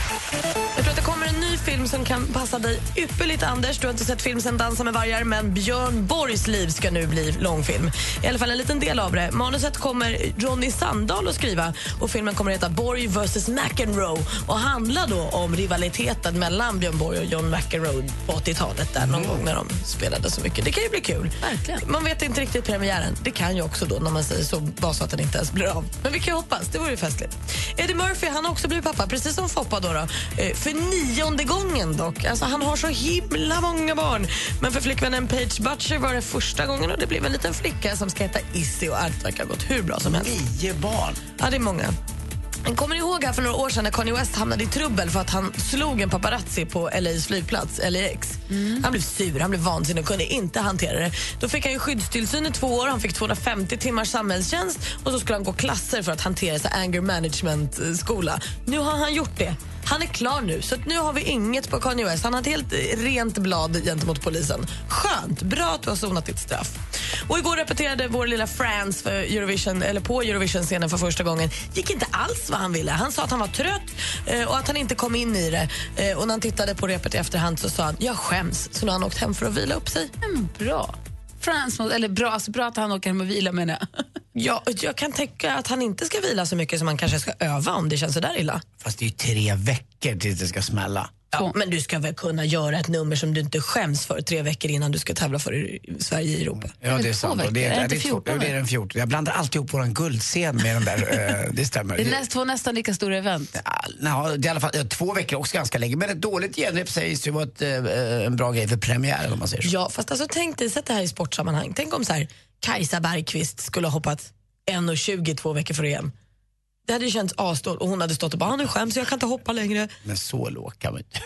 Jag tror att det kommer en ny film som kan passa dig ypperligt, Anders. Du har inte sett film sen Dansa med vargar, men Björn Borgs liv ska nu bli långfilm. I alla fall en liten del av det. Manuset kommer Ronny Sandahl att skriva och filmen kommer att heta Borg vs. McEnroe och handla då om rivaliteten mellan Björn Borg och John McEnroe på 80-talet där någon gång när de spelade så mycket. Det kan ju bli kul. Verkligen. Man vet inte riktigt premiären. Det kan ju också då, när man säger så, bara så att den inte ens blir av. Men vi kan ju hoppas, det vore ju festligt. Eddie Murphy, han har också blivit pappa, precis som Foppa då. För 9:e gången dock. Alltså, han har så himla många barn. Men för flickvännen Paige Butcher var det första gången och det blev en liten flicka som ska heta Izzy och allt verkar ha gått hur bra som helst. 9 barn? Ja, det är många. Kommer ni ihåg här för några år sedan när Kanye West hamnade i trubbel för att han slog en paparazzi på LAs flygplats, LAX? Han blev sur, han blev vansinnig och kunde inte hantera det. Då fick han ju skyddstillsyn i 2 år, han fick 250 timmars samhällstjänst och så skulle han gå klasser för att hantera sig anger management-skola. Nu har han gjort det. Han är klar nu, så att nu har vi inget på Kanye West. Han har ett helt rent blad gentemot polisen. Skönt, bra att du har sonat ditt straff. Och igår repeterade vår lilla Frans för Eurovision, eller på Eurovision-scenen för första gången. Gick inte alls vad han ville. Han sa att han var trött och att han inte kom in i det. Och när han tittade på repet i efterhand så sa han, jag skäms. Så nu har han åkt hem för att vila upp sig. Bra. Frans, eller bra, alltså bra att han åker hem och vila, menar jag. Ja, jag kan tänka att han inte ska vila så mycket som han kanske ska öva om det känns så där illa. Fast det är ju 3 veckor tills det ska smälla. Ja, men du ska väl kunna göra ett nummer som du inte skäms för 3 veckor innan du ska tävla för Sverige i Europa. Ja, det är sant. Det är den 14. Jag blandar alltid ihop våran guldscen med den där. Det stämmer. Det är nästan lika stora event. Ja, det är i alla fall 2 veckor också ganska länge. Men ett dåligt genrep sägs ju vara en bra grej för premiären om man säger så. Ja, fast alltså tänk dig, sätt det här i sportsammanhang. Tänk om så här, Kajsa Bergqvist skulle ha hoppat 1,20 2 veckor för EM. Det hade ju känts asdåligt och hon hade stått och bara, nu skäms jag kan inte hoppa längre. Men så låg kan man inte.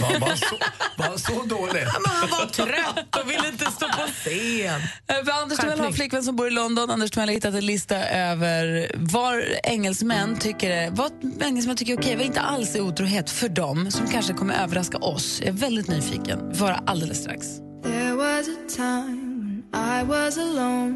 Var så dålig. Ja, men han var trött och ville inte stå på scen. Anders Timell har en flickvän som bor i London. Anders Timell har hittat en lista över vad engelsmän tycker är okej, vad inte alls är otrohet för dem, som kanske kommer överraska oss. Jag är väldigt nyfiken. Vi får höra alldeles strax. There was a time when I was alone.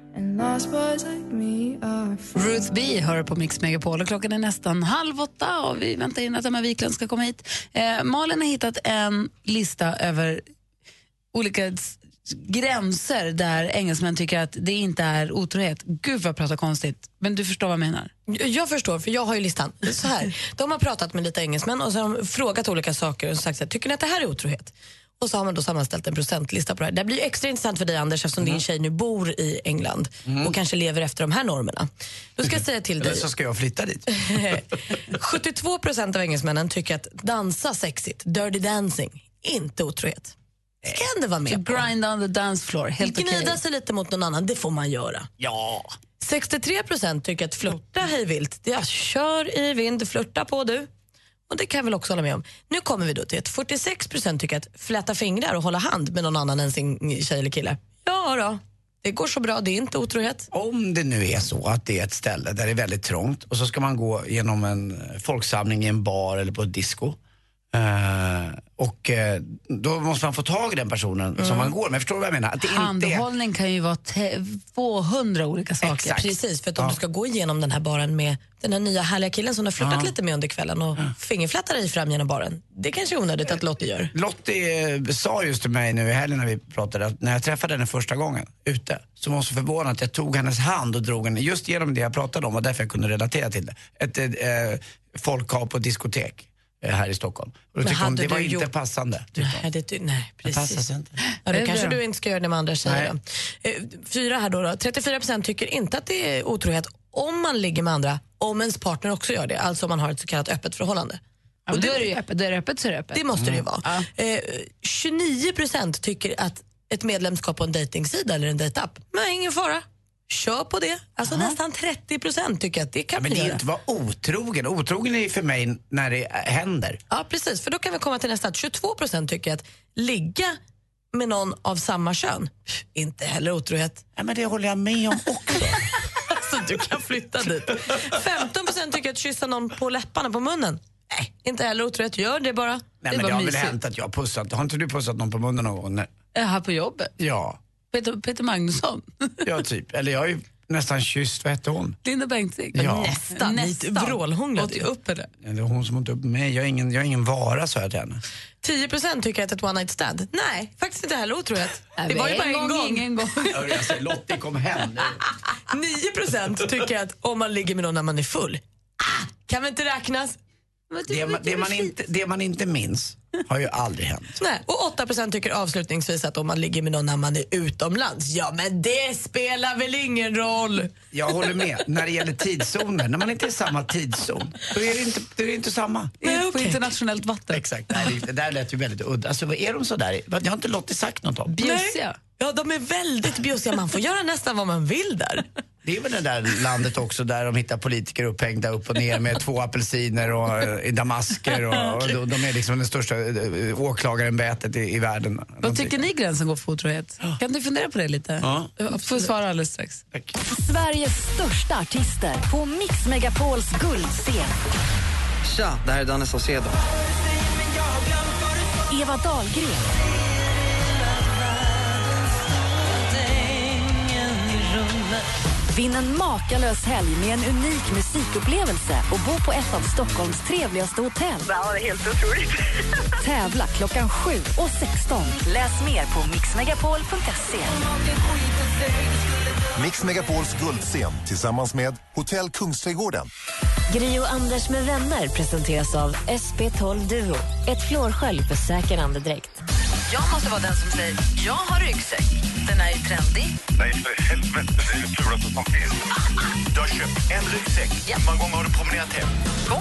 Ruth B hör på Mix Megapol och klockan är nästan 7:30 och vi väntar in att Emma Wiklund ska komma hit. Malin har hittat en lista över olika gränser där engelsmän tycker att det inte är otrohet. Gud vad jag pratar konstigt, men du förstår vad jag menar. Jag förstår, för jag har ju listan. Så här, de har pratat med lite engelsmän och så har de frågat olika saker och sagt så här, tycker ni att det här är otrohet? Och så har man då sammanställt en procentlista på det här. Det blir extra intressant för dig, Anders, eftersom din tjej nu bor i England och kanske lever efter de här normerna. Då ska jag säga till dig. Så ska jag flytta dit. 72% av engelsmännen tycker att dansa sexigt, dirty dancing, inte otrohet. Det kan ändå vara med på. Grind on the dance floor, helt okej. Gnida sig lite mot någon annan, det får man göra. Ja. 63% tycker att flirta hejvilt. Det är kör i vind, flirta på du. Och det kan jag väl också hålla med om. Nu kommer vi då till att 46% tycker att fläta fingrar och hålla hand med någon annan än sin tjej eller kille. Ja då, det går så bra, det är inte otrohet. Om det nu är så att det är ett ställe där det är väldigt trångt och så ska man gå genom en folksamling i en bar eller på ett disco Och då måste man få tag i den personen som man går med. Förstår du vad jag menar? Att det handhållning kan ju vara 200 olika saker. Exakt. Precis, för att om du ska gå igenom den här baren med den här nya härliga killen som du har flirtat lite med under kvällen och fingerflättar dig fram genom baren. Det kanske är onödigt att Lottie gör. Lottie sa just till mig nu i helgen när vi pratade att när jag träffade henne första gången ute så var hon så förvånad att jag tog hennes hand och drog henne just genom det jag pratade om och därför jag kunde relatera till det. Ett folkhav på ett diskotek här i Stockholm. Och då tyckte hon, det var inte passande. Nej, precis. Inte. Ja, då kanske du inte ska göra det med andra tjejer då. 4 här då. 34% tycker inte att det är otrohet om man ligger med andra, om ens partner också gör det. Alltså om man har ett så kallat öppet förhållande. Ja, och då är det ju öppet. Det är öppet så är det öppet. Det måste det ju vara. 29% tycker att ett medlemskap på en dejtingsida eller en dejtapp, men ingen fara. Kör på det. Alltså nästan 30% tycker att det kan men bli. Men det är inte vara otrogen. Otrogen är för mig när det händer. Ja, precis. För då kan vi komma till nästa. 22% tycker att ligga med någon av samma kön, inte heller otrohet. Ja, men det håller jag med om också. Så du kan flytta dit. 15% tycker att kyssa någon på läpparna, på munnen. Nej, inte heller otrohet. Gör det bara. Nej, men det har väl hänt att jag har pussat. Har inte du pussat någon på munnen någon gång? Här på jobbet? Ja. Peter Magnusson? Ja, typ. Eller jag har ju nästan kysst, vad hette hon? Linda Bengtzing? Ja. Nästan. Lite vrålhånglat upp eller? Ja, det är hon som åt upp mig. Jag är ingen vara, så jag till henne. 10% tycker att ett one night stand. Nej, faktiskt inte heller otrohet. Det var ju bara en gång. Ingen gång. Jag säger, Lottie, kom hem nu. 9% tycker att om man ligger med någon när man är full, kan väl inte räknas? Det man inte minns har ju aldrig hänt. Nej, och 8% tycker avslutningsvis att om man ligger med någon när man är utomlands, ja men det spelar väl ingen roll. Jag håller med. När det gäller tidszoner, när man inte är i samma tidszon, då är det inte samma. På internationellt vatten. Exakt, det där lät ju väldigt udda. Alltså vad är de så där? Jag har inte Lottie sagt något om. Bjussiga. Ja, de är väldigt bjussiga. Man får göra nästan vad man vill där. Det är väl det där landet också där de hittar politiker upphängda upp och ner med 2 apelsiner och i damasker och de är liksom den största åklagarämbetet i världen. Vad tycker ni gränsen går för otrohet? Kan du fundera på det lite? Ja. Jag får svara alldeles strax. Tack. Sveriges största artister på Mix Megapols guldscen. Tja, det här är Danne Saucedo. Eva Dahlgren. Vinn en makalös helg med en unik musikupplevelse och bo på ett av Stockholms trevligaste hotell. Ja, det är helt otroligt. Tävla klockan 7 och 16. Läs mer på mixmegapol.se. Mix Megapols guldscen tillsammans med Hotell Kungsträdgården. Gri och Anders med vänner presenteras av SP12 Duo. Ett flårskölj för säker andedräkt. Jag måste vara den som säger, jag har ryggsäck. Den är ju trendig. Nej, för helvete, det är det fulaste som finns. Du har köpt en ryggsäck. Ja. Hur många gånger har du promenerat hem?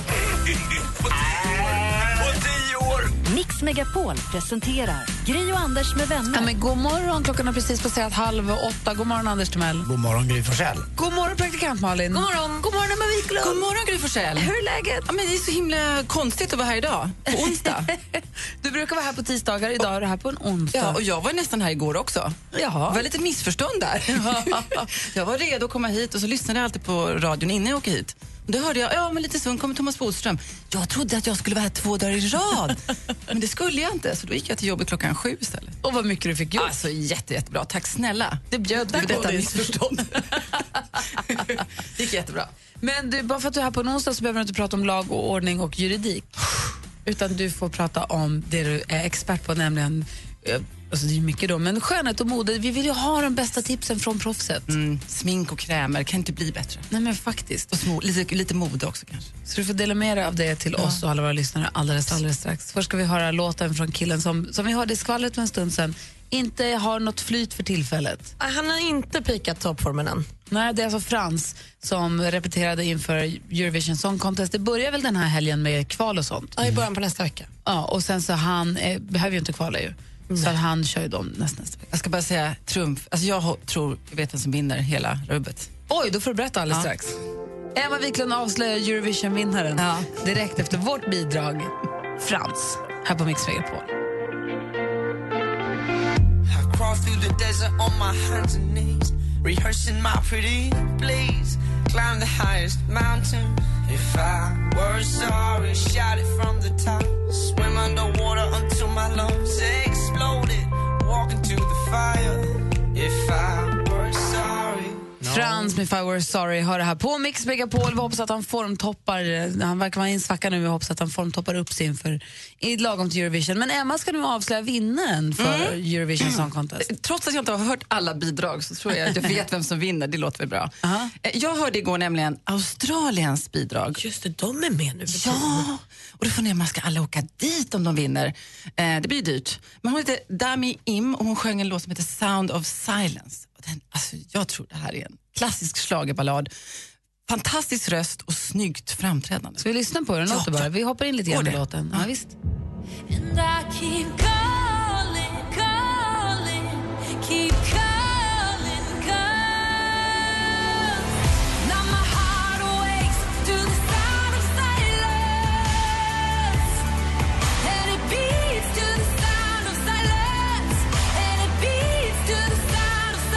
På 10 år! Mix Megapol presenterar Gri och Anders med vänner. Ja, men god morgon, klockan har precis passerat 7:30. God morgon, Anders Timell. God morgon, Gry Forssell. God morgon, praktikant Malin. God morgon. God morgon, Emma Wiklund. God morgon, Gry Forssell. Hur är läget? Ja, men det är så himla konstigt att vara här idag, på onsdag. Du brukar vara här på tisdagar, idag är du här på en onsdag. Ja, och jag var nästan här igår också. Jaha. Det var lite missförstånd där. Jag var redo att komma hit och så lyssnade jag alltid på radion innan jag åker hit. Och då hörde jag, men lite stund kommer Thomas Bodström. Jag trodde att jag skulle vara här 2 dagar i rad. Men det skulle jag inte, så då gick jag till jobbet klockan 7 istället. Och vad mycket du fick gjort. Alltså jättebra, tack snälla. Det bjöd för på detta det. missförstånd. Det gick jättebra. Men du, bara för att du är här på en onsdag så behöver du inte prata om lag och ordning och juridik. Utan du får prata om det du är expert på, nämligen, alltså det är mycket då, men skönhet och mode. Vi vill ju ha de bästa tipsen från proffset. Smink och krämer kan inte bli bättre. Nej men faktiskt. Och lite mode också kanske. Så du får dela med dig av det till oss och alla våra lyssnare alldeles strax. Först ska vi höra låten från killen som vi hörde i skvallret för en stund sedan. Inte har något flyt för tillfället. Han har inte pikat toppformen än. Nej, det är alltså Frans som repeterade inför Eurovision Song Contest. Det börjar väl den här helgen med kval och sånt. Ja, i början på nästa vecka. Ja, och sen så han behöver ju inte kvala ju. Så att han kör ju dem nästa vecka. Jag ska bara säga trumf. Alltså jag vet vem som vinner hela rubbet. Oj, då får du berätta alldeles strax. Emma Wiklund avslöjar Eurovision-vinnaren direkt efter vårt bidrag. Frans, här på Mix Megapol. I crawl through the desert on my hands and knees, rehearsing my pretty please. Climb the highest mountain, If I were sorry, shout it from the top. Swim underwater until my lungs exploded. Walk into the fire. If I were sorry. Frans med If I Were Sorry har det här på Mix Megapol. Vi hoppas att han formtoppar. Han verkar vara i en svacka nu. Vi hoppas att han formtoppar upp sig inför i lagom till Eurovision. Men Emma ska nu avslöja vinnaren för Eurovision Song Contest. Trots att jag inte har hört alla bidrag så tror jag att jag vet vem som vinner. Det låter väl bra. Jag hörde igår nämligen Australiens bidrag. Just det, de är med nu. Ja, och då funderar man, ska alla åka dit om de vinner? Det blir dyrt. Men hon heter Dami Im och hon sjöng en låt som heter Sound of Silence. Alltså, jag tror det här är en klassisk schlagerballad. Fantastisk röst och snyggt framträdande. Ska vi lyssna på den låten bara? Vi hoppar in lite grann i låten. Ja, visst. And I keep calling, calling, keep calling, 'cause now my heart awakes to the sound of silence, and it beats to the sound of silence, and it beats to the sound of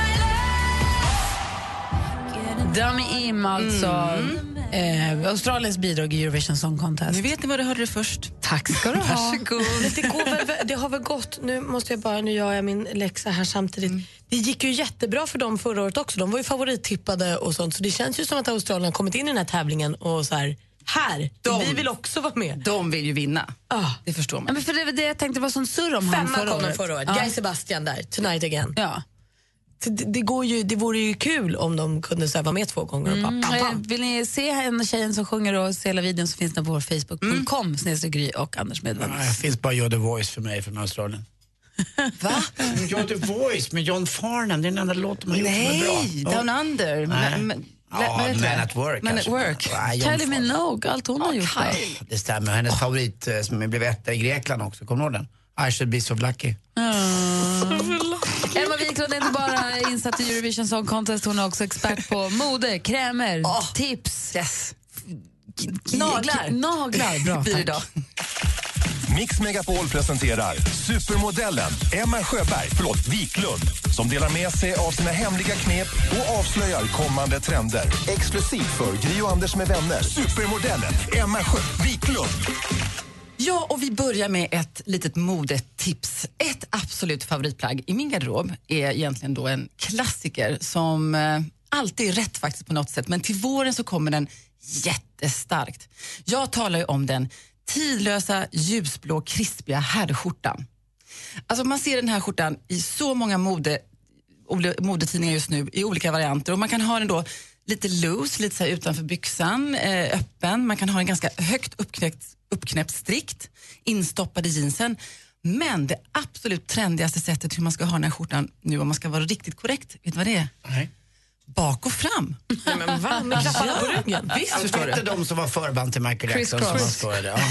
silence. Dami Im alltså. Australiens bidrag i Eurovision Song Contest. Nu vet ni vad du hörde det först. Tack ska du ha. Varsågod. Det har väl gått, nu gör jag min läxa här samtidigt. Det gick ju jättebra för dem förra året också. De var ju favorittippade och sånt. Så det känns ju som att Australien har kommit in i den här tävlingen och så här, vi vill också vara med. De vill ju vinna. Det förstår man. Ja, men för det var det jag tänkte var sån surr om han förra året. Guy Sebastian där, Tonight Again. Ja. Det vore ju kul om de kunde så här, vara med 2 gånger. Vill ni se en tjejen som sjunger och se hela videon så finns den på vår Facebook.com /Gry och Anders med vänner. Det finns bara You're the Voice för mig från Australien. Va? You're the Voice med John Farnham, det är den enda låten man gjort som är bra. Nej, Down Under. Man at Work. Man at Work. Kylie Minogue, allt hon har gjort. Det stämmer, hennes favorit som blev etta i Grekland också, kommer du ihåg den? I should be so lucky. Emma Wiklund är inte bara insatt i Eurovision Song Contest, hon är också expert på mode, krämer, tips. Yes. Naglar, bra tack. Mix Megapol presenterar supermodellen Emma Wiklund som delar med sig av sina hemliga knep och avslöjar kommande trender. Exklusivt för Gry och Anders med vänner. Supermodellen Emma Wiklund. Ja, och vi börjar med ett litet modetips. Ett absolut favoritplagg i min garderob är egentligen då en klassiker som alltid är rätt faktiskt på något sätt. Men till våren så kommer den jättestarkt. Jag talar ju om den tidlösa, ljusblå, krispiga herrskjortan. Alltså man ser den här skjortan i så många modetidningar just nu i olika varianter. Och man kan ha den då lite loose, lite så här utanför byxan, öppen. Man kan ha en ganska högt uppknäppt strikt, instoppad i jeansen. Men det absolut trendigaste sättet hur man ska ha den här skjortan nu om man ska vara riktigt korrekt, vet du vad det är? Nej. Bak och fram. Men va? Med klapparna på ryggen? Visst, förstår du? Inte de som var förband till Michael Jackson som man skojade. Ja.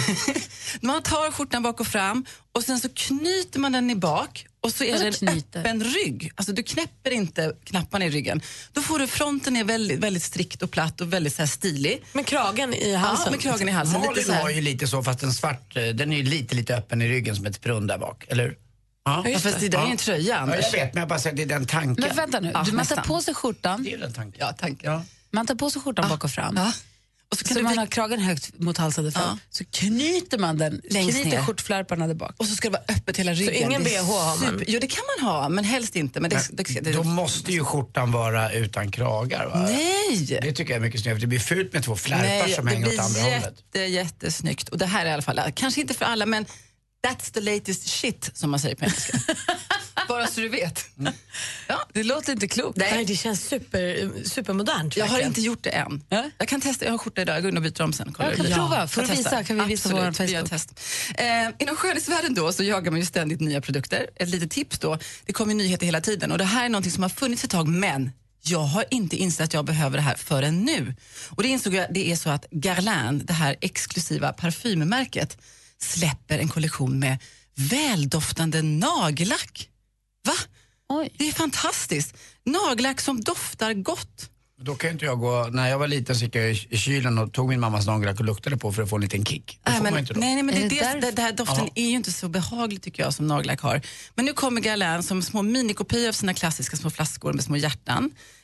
Man tar skjortan bak och fram och sen så knyter man den i bak och så är det en öppen rygg. Alltså du knäpper inte knapparna i ryggen. Då får du fronten är väldigt, väldigt strikt och platt och väldigt så här stilig. Med kragen i halsen? Ja, med kragen i halsen. Malin lite har ju lite så, fast den svart, den är ju lite öppen i ryggen som ett sprunn där bak, eller? Ja, fast det där är en tröja, Anders. Ja, jag vet, men jag bara säger det är den tanken. Men vänta nu, man tar på sig skjortan. Det är den tanken. Ja, tanken. Ja. Man tar på sig skjortan bak och fram. Ja. Och så kan man har kragen högt mot halsen fram. Så knyter man den, knyter skjortflärparna där bak. Och så ska det vara öppet hela ryggen. Så ingen BH har man? Jo, det kan man ha, men helst inte. Men då måste ju skjortan vara utan kragar, va? Nej! Det tycker jag är mycket snyggt. Det blir fult med 2 flärpar som hänger åt andra hållet. Det blir jättesnyggt. Och det här är i alla fall, kanske inte för alla, men that's the latest shit, som man säger på engelska. Bara så du vet. Ja, det låter inte klokt. Nej, det känns supermodernt. Jag har inte gjort det än. Ja? Jag kan testa, jag har skjorta idag, jag går in och byter om sen. Jag kan prova, för att visa, kan vi visa på vår Facebook. Test. Inom skönhetsvärlden då så jagar man ju ständigt nya produkter. Ett litet tips då, det kommer nyheter hela tiden och det här är någonting som har funnits ett tag, men jag har inte insett att jag behöver det här förrän nu. Och det insåg jag, det är så att Guerlain, det här exklusiva parfymmärket, släpper en kollektion med väldoftande nagellack. Va? Oj. Det är fantastiskt. Nagellack som doftar gott. Då kan inte jag gå, när jag var liten så gick jag i kylen och tog min mammas nagellack och luktade på för att få en liten kick. Det får man inte då. Nej, men det här doften är ju inte så behaglig tycker jag som nagellack har. Men nu kommer Guerlain som små minikopior av sina klassiska små flaskor med små hjärtan.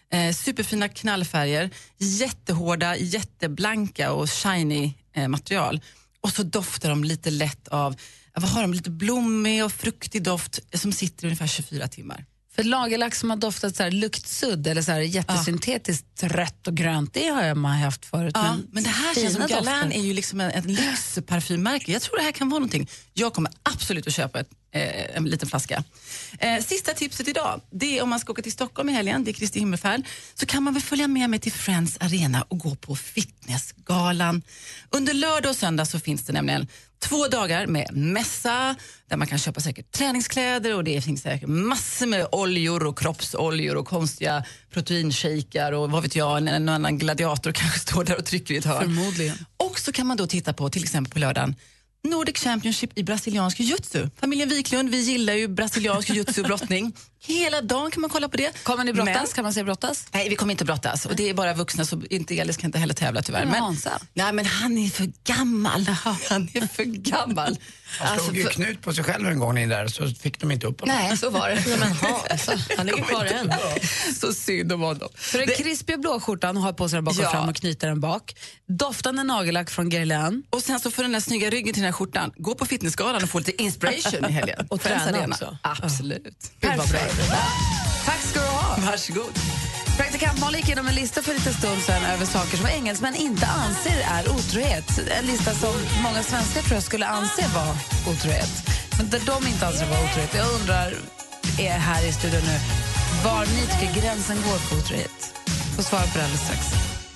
Superfina knallfärger, jättehårda, jätteblanka och shiny material. Och så doftar de lite lätt av, vad har de, lite blommig och fruktig doft som sitter ungefär 24 timmar. För lagerlack som har doftat så här luktsudd eller så här jättesyntetiskt rött och grönt, det har man haft förut. Ja, men det här känns som Guerlain är ju liksom ett lyxparfymmärke. Jag tror det här kan vara någonting. Jag kommer absolut att köpa en liten flaska. Sista tipset idag, det är om man ska åka till Stockholm i helgen, det är Kristi himmelfärd, så kan man väl följa med mig till Friends Arena och gå på fitnessgalan. Under lördag och söndag så finns det nämligen 2 dagar med mässa där man kan köpa säkert träningskläder och det finns säkert massor med oljor och kroppsoljor och konstiga proteinshaker och vad vet jag, en annan gladiator kanske står där och trycker i ett hörn. Förmodligen. Och så kan man då titta på, till exempel på lördagen, Nordic Championship i brasiliansk jiu-jitsu. Familjen Wiklund, vi gillar ju brasiliansk jiu-jitsu-brottning. Hela dagen kan man kolla på det. Kommer ni brottas? Kan man se brottas? Nej, vi kommer inte brottas. Och det är bara vuxna, så inte Elis kan inte heller tävla tyvärr. Men han är för gammal. Han är för gammal. Han slog ju knut på sig själv en gång in där, så fick de inte upp honom. Nej, så var det. Men han ligger kvar än. Så synd om honom. Så den krispiga blå skjortan har på sig den bak och fram och knyter den bak. Doftande nagellack från Guerlain. Och sen så får den där snygga ryggen till den här skjortan. Gå på fitnessgalan och få lite inspiration i helgen. Och träna också. Absolut. Perfekt. Tack ska du ha. Varsågod. Praktikant Malin gick igenom en lista för lite stund sedan över saker som engelsmän inte anser är otrohet. En lista som många svenskar tror jag skulle anse vara otrohet. Men där de inte anser vara otrohet. Jag undrar, är här i studion nu, var ni tycker gränsen går för otrohet? Får svara på det alldeles strax.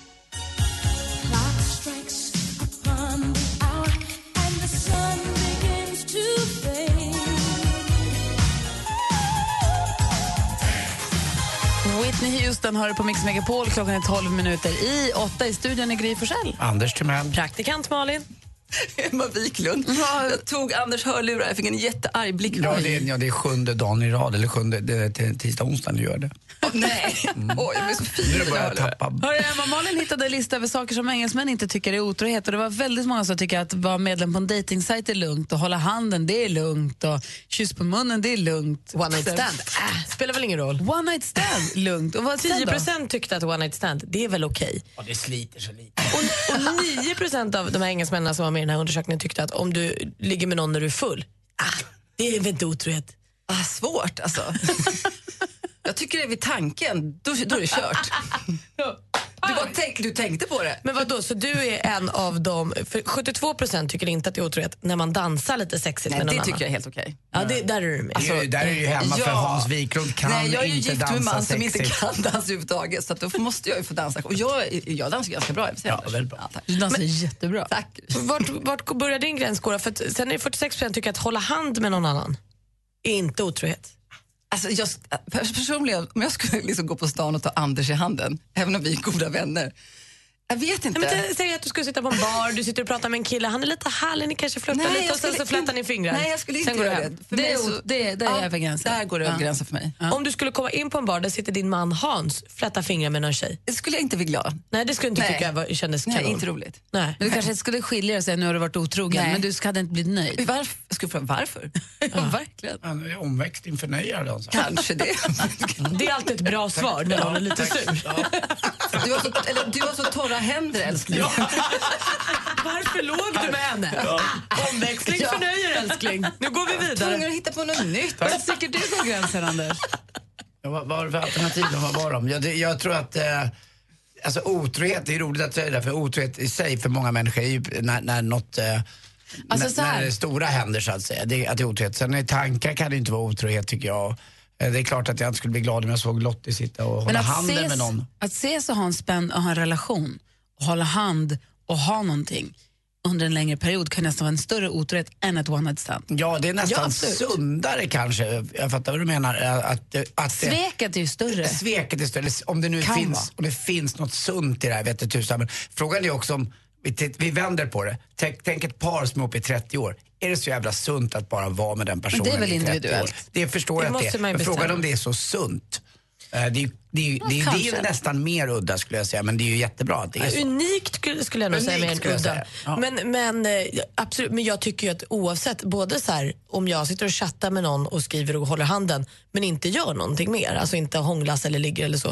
Whitney Houston har det på Mix Megapol. Klockan är 12 minuter i 8 i studion i Gry Forssell. Anders Timell. Praktikant Malin. Emma Wiklund. Jag tog Anders hörlurar, jag fick en jättearg blick. Ja, det är 7:e dagen i rad, eller tisdag, onsdag du gör det. Nej, oj, jag blir så fin. Nu börjar jag tappa. Emma, Malin hittade en lista över saker som engelsmän inte tycker är otrohet. Och det var väldigt många som tycker att vara medlem på en dejtingsajt är lugnt, och hålla handen, det är lugnt, och kyss på munnen, det är lugnt. One night stand, spelar väl ingen roll. One night stand, lugnt. Och vad 10% tyckte att one night stand, det är väl okej. Ja, det sliter så lite. Och 9% av de här engelsmännen som var med i den här undersökningen tyckte att om du ligger med någon när du är full, det är väl inte otrohet. Svårt alltså. Jag tycker det är vid tanken, då är det kört. Du tänkte på det. Men vadå, så du är en av dem, för 72% tycker inte att det är otrohet när man dansar lite sexigt med någon annan. Det tycker jag är helt okej. Ja, där är du med. Alltså, där är ju hemma för Hans Wiklund kan inte dansa sexigt. Jag är ju gift med en man som inte kan dansa överhuvudtaget, så att då måste jag ju få dansa. Och jag dansar ganska bra. Ja, väldigt bra. Du dansar jättebra. Tack. Vart börjar din gräns gå? För att sen är det 46% tycker att hålla hand med någon annan är inte otrohet. Alltså personligen, om jag skulle liksom gå på stan och ta Anders i handen, även om vi är goda vänner, jag vet inte. Men säg att du skulle sitta på en bar, du sitter och pratar med en kille, han är lite härlig, ni kanske flörtar lite och sen så flättar ni fingrar. Nej, jag skulle inte göra det. Det är över gränsen. Där går det över gränsen för mig. Ja. Om du skulle komma in på en bar där sitter din man Hans, flätta fingrar med någon tjej. Det skulle jag inte bli glad. Nej, det skulle inte tycka jag kändes kanon. Nej, inte roligt. Nej. Men du kanske skulle skilja dig och säga nu har du varit otrogen, men du hade inte blivit nöjd. Varför? Ja, verkligen. Ja, omväxling förnöjare alltså. Kanske det. Det är alltid ett bra svar när någon är lite sur. Ja. Du har så torra händer, älskling. Ja. Varför låg du med henne? Ja. Omväxling förnöjer, älskling. Nu går vi vidare. Tvungen att hitta på något nytt. Vad tycker du går gränsen, Anders? Vad var det för alternativ? Vad var de? Jag tror att alltså, otrohet, det är roligt att säga det, för otrohet i sig för många människor är ju när något alltså, när det stora händer, så att säga. Det är otrohet. Sen i tankar kan det inte vara otrohet, tycker jag. Det är klart att jag inte skulle bli glad om jag såg Lottie sitta och hålla handen med någon. Att ses och ha en spänn och ha en relation och hålla hand och ha någonting under en längre period kan nästan vara en större otrohet än ett one night stand. Ja, det är nästan sundare kanske. Jag fattar vad du menar. Att sveket är ju större. Sveket är större. Om det nu finns något sunt i det här, vet du tusan. Men frågan är också om vi vänder på det. Tänk ett par som är uppe i 30 år. Är det så jävla sunt att bara vara med den personen? Men det är väl i 30 individuellt. år? Det förstår jag att det är. Men frågan om det är så sunt. Det är nästan mer udda, skulle jag säga, men det är ju jättebra att det är så. Unikt skulle jag nog säga, mer än udda. Ja. Men absolut, men jag tycker ju att oavsett, både så här, om jag sitter och chattar med någon och skriver och håller handen men inte gör någonting mer, alltså inte hånglas eller ligger eller så,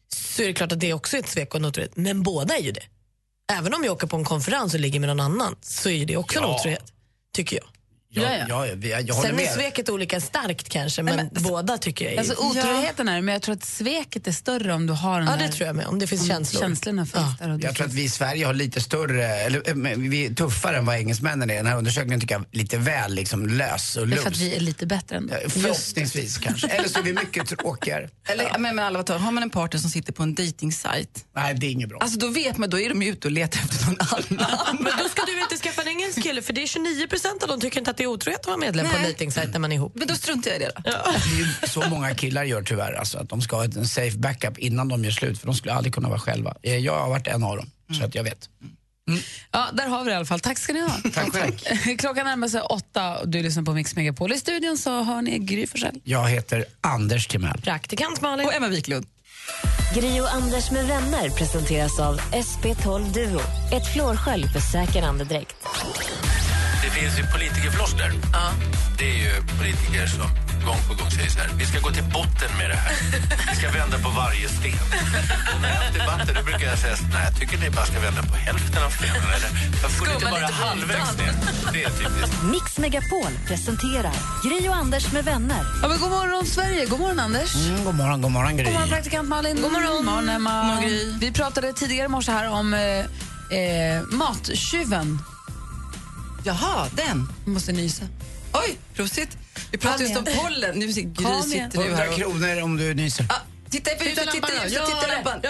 så är det klart att det också är ett svek och en otrohet. Men båda är ju det. Även om jag åker på en konferens och ligger med någon annan så är det också en otrohet, tycker jag. Jag håller Sen är med. sveket olika starkt kanske, men båda tycker jag är... Alltså otroheten är det, men jag tror att sveket är större om du har den det tror jag med, om det finns känslor. Känslorna finns där. Jag tror att vi i Sverige har lite större, eller vi är tuffare än vad engelsmännen är. Den här undersökningen tycker jag lite väl liksom lös och Det är lus. för att vi är lite bättre än dem. Förhoppningsvis kanske. Eller så är vi mycket tråkigare. Eller, men alla har man en partner som sitter på en dejtingsajt? Nej, det är inget bra. Alltså då vet man, då är de ju ute och letar efter någon annan. Men då ska du inte skaffa en engelsk kille, för det är 29% av dem tycker inte att det är otrohet att vara medlem på en dejtingsajt när man är ihop. Men då struntar jag i det då. Det är ju så många killar gör tyvärr, alltså, att de ska ha en safe backup innan de gör slut, för de skulle aldrig kunna vara själva. Jag har varit en av dem, så att jag vet. Ja, där har vi det i alla fall. Tack ska ni ha. Tack. Klockan närmar sig 8 och du lyssnar på Mix Megapol. I studion så har ni Gry Forssell. Jag heter Anders Timell. Praktikant Malin. Och Emma Wiklund. Gry och Anders med vänner presenteras av SP12 Duo. Ett flårskölj för säker andedräkt. Det finns ju politikerfloskler. Ja. Det är ju politiker som gång på gång säger så här: vi ska gå till botten med det här. Vi ska vända på varje sten. Och när jag har debatter då brukar jag säga nej, jag tycker ni bara ska vända på hälften av stenen. Eller jag får inte bara halvvägs ner. Det är typiskt. Mix Megapol presenterar Gry och Anders med vänner. Ja, men god morgon Sverige. God morgon Anders. God morgon Gry. God morgon praktikant Malin. God morgon. God morgon Emma. God morgon, Gry. Vi pratade tidigare i morse här om mattjuven. Jaha, den. Jag måste nysa. Oj, prosit. Vi pratar just om pollen. Nu sitter du här 100 kronor om du nyser. Titta i ljuset, titta i lampan.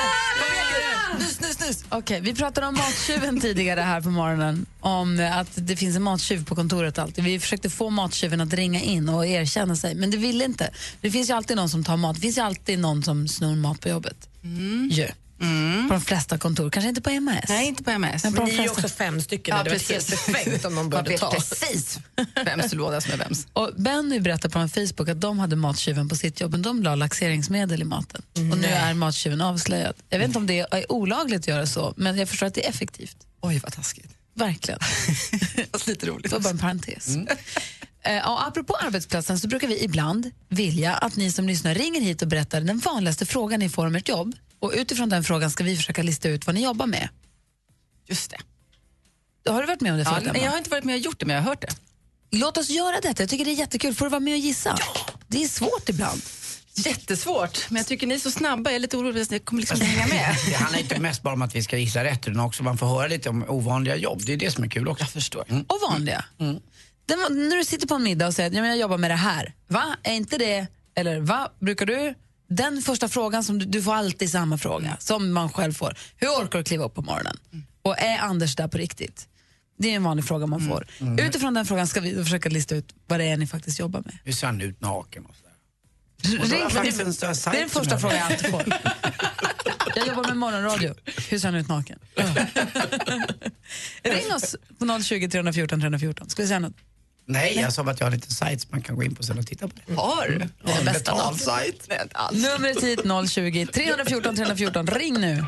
Nys. Okej, vi pratade om mattjuven tidigare här på morgonen. Om att det finns en mattjuv på kontoret alltid. Vi försökte få mattjuven att ringa in och erkänna sig, men det ville inte. Det finns ju alltid någon som tar mat. Det finns ju alltid någon som snor mat på jobbet. På de flesta kontor. Kanske inte på MS. Nej, inte på MS. Men ni är ju också 5 stycken. Ja, det var helt perfekt om de började ta. Precis. Vems låda som är vems. Och Benny berättade på en Facebook att de hade mattjuven på sitt jobb, men de la laxeringsmedel i maten. Och nu är mattjuven avslöjad. Jag vet inte om det är olagligt att göra så, men jag förstår att det är effektivt. Oj, vad taskigt. Verkligen. Fast lite roligt. Det var bara en parentes. Och apropå arbetsplatsen så brukar vi ibland vilja att ni som lyssnar ringer hit och berättar den vanligaste frågan ni får om ert jobb. Och utifrån den frågan ska vi försöka lista ut vad ni jobbar med. Just det. Har du varit med om det förut? Jag har inte varit med och gjort det, men jag har hört det. Låt oss göra detta. Jag tycker det är jättekul. Får du vara med och gissa? Ja. Det är svårt ibland. Jättesvårt, men jag tycker ni är så snabba. Jag är lite orolig att jag kommer liksom hänga med. Det handlar inte mest bara om att vi ska gissa rätt, utan också man får höra lite om ovanliga jobb. Det är det som är kul också. Jag förstår. Och vanliga. När du sitter på en middag och säger att jag jobbar med det här. Va? Är inte det? Eller va? Brukar du? Den första frågan som du får alltid samma fråga som man själv får. Hur orkar du kliva upp på morgonen? Och är Anders där på riktigt? Det är en vanlig fråga man får. Utifrån den frågan ska vi försöka lista ut vad det är ni faktiskt jobbar med. Hur ser han ut naken? Och det är den första frågan jag alltid får. Jag jobbar med morgonradio. Hur ser han ut naken? Ring oss på 020 314 314. Ska vi säga något? Nej, jag sa att jag har lite sajt som man kan gå in på sen och titta på det. Har du? En betalsajt. Numret hit 020 314 314. Ring nu.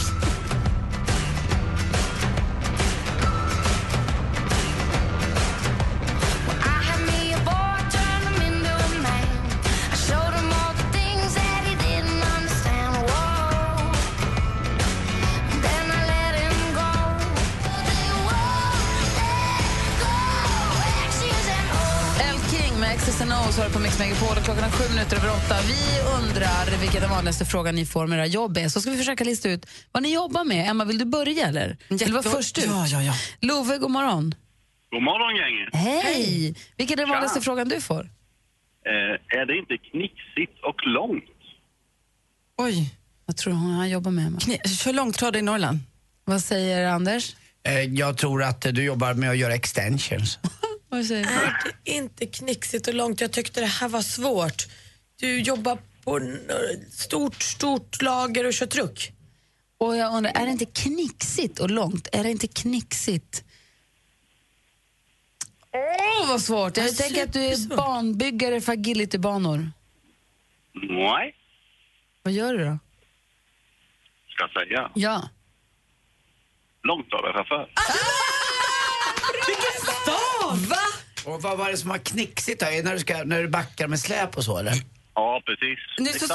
Så har på Mix Megapol och klockan är 7:07. Vi undrar vilken den vanligaste frågan ni får med era jobb är. Så ska vi försöka lista ut vad ni jobbar med. Emma, vill du börja eller? Eller var först ut? Ja. Love, god morgon. God morgon, gänget. Hej! Vilken är den vanligaste frågan du får? Är det inte knixigt och långt? Oj. Vad tror hon han jobbar med? Kör långtradare i Norrland. Vad säger Anders? Jag tror att du jobbar med att göra extensions. Vad säger du? Är det inte knixigt och långt? Jag tyckte det här var svårt. Du jobbar på stort lager och kör truck. Och jag undrar, är det inte knixigt och långt? Är det inte knixigt? Vad svårt. Jag tänker att du är banbyggare för agility-banor. Nej. Vad gör du då? Ska jag säga? Ja. Långtradarchaufför. Vilken stav! Va? Och vad var det som var knixigt då? När du backar med släp och så, eller? Ja, precis. Exakt.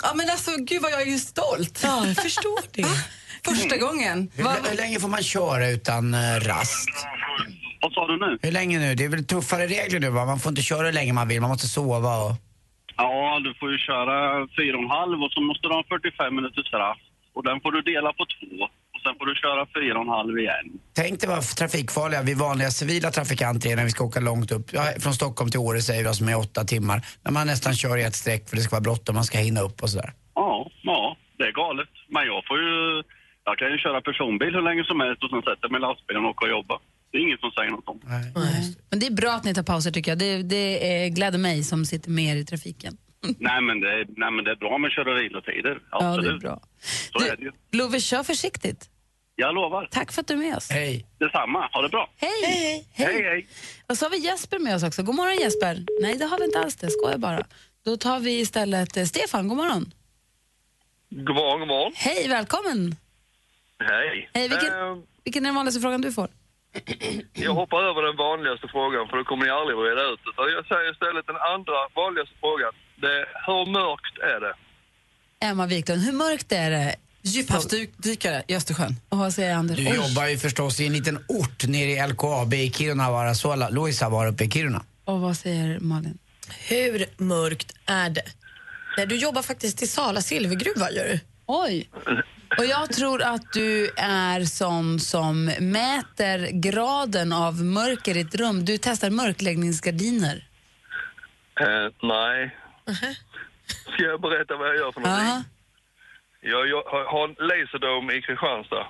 Ja, men alltså, gud vad jag är ju stolt. Ja, jag förstår det. Första gången. Hur länge får man köra utan rast? Vad sa du nu? Hur länge nu? Det är väl tuffare regler nu, va? Man får inte köra hur länge man vill, man måste sova och... Ja, du får ju köra 4,5 och så måste du ha 45 minuters rast. Och den får du dela på 2. Och sen får du köra 4,5 igen. Tänk dig vad trafikfarliga vi vanliga civila trafikanter är när vi ska åka långt upp. Ja, från Stockholm till Åre säger vi alltså med 8 timmar. När man nästan kör i ett streck för det ska vara bråttom, man ska hinna upp och sådär. Ja, det är galet. Men jag kan ju köra personbil hur länge som helst och sen sätta mig i lastbilen och åka och jobba. Det är ingen som säger något om. Nej. Men det är bra att ni tar pauser tycker jag. Det gläder mig som sitter med er i trafiken. Nej, men det är bra med köra vilotider. Ja, det är bra. Så är det ju. Love, kör försiktigt. Jag lovar. Tack för att du är med oss. Hej. Detsamma. Ha det bra. Hej. Och så har vi Jesper med oss också. God morgon Jesper. Nej, det har vi inte alls det. Skojar bara. Då tar vi istället Stefan. God morgon. God morgon. Hej, välkommen. Hej. Vilken är den vanligaste frågan du får? Jag hoppar över den vanligaste frågan för då kommer ni aldrig att reda ut det. Jag säger istället den andra vanligaste frågan. Hur mörkt är det? Emma Wiklund, hur mörkt är det? Djuphavsdykare i Östersjön. Och vad säger Anders? Du jobbar ju förstås i en liten ort nere i LKAB i Kiruna, Varasola. Louisa var uppe i Kiruna. Och vad säger Malin? Hur mörkt är det? Nej, du jobbar faktiskt i Sala silvergruva, gör du? Oj. Och jag tror att du är sån som mäter graden av mörker i ett rum. Du testar mörkläggningsgardiner. Nej. Ska jag berätta vad jag gör för någonting? Jag har en laserdome i Kristianstad.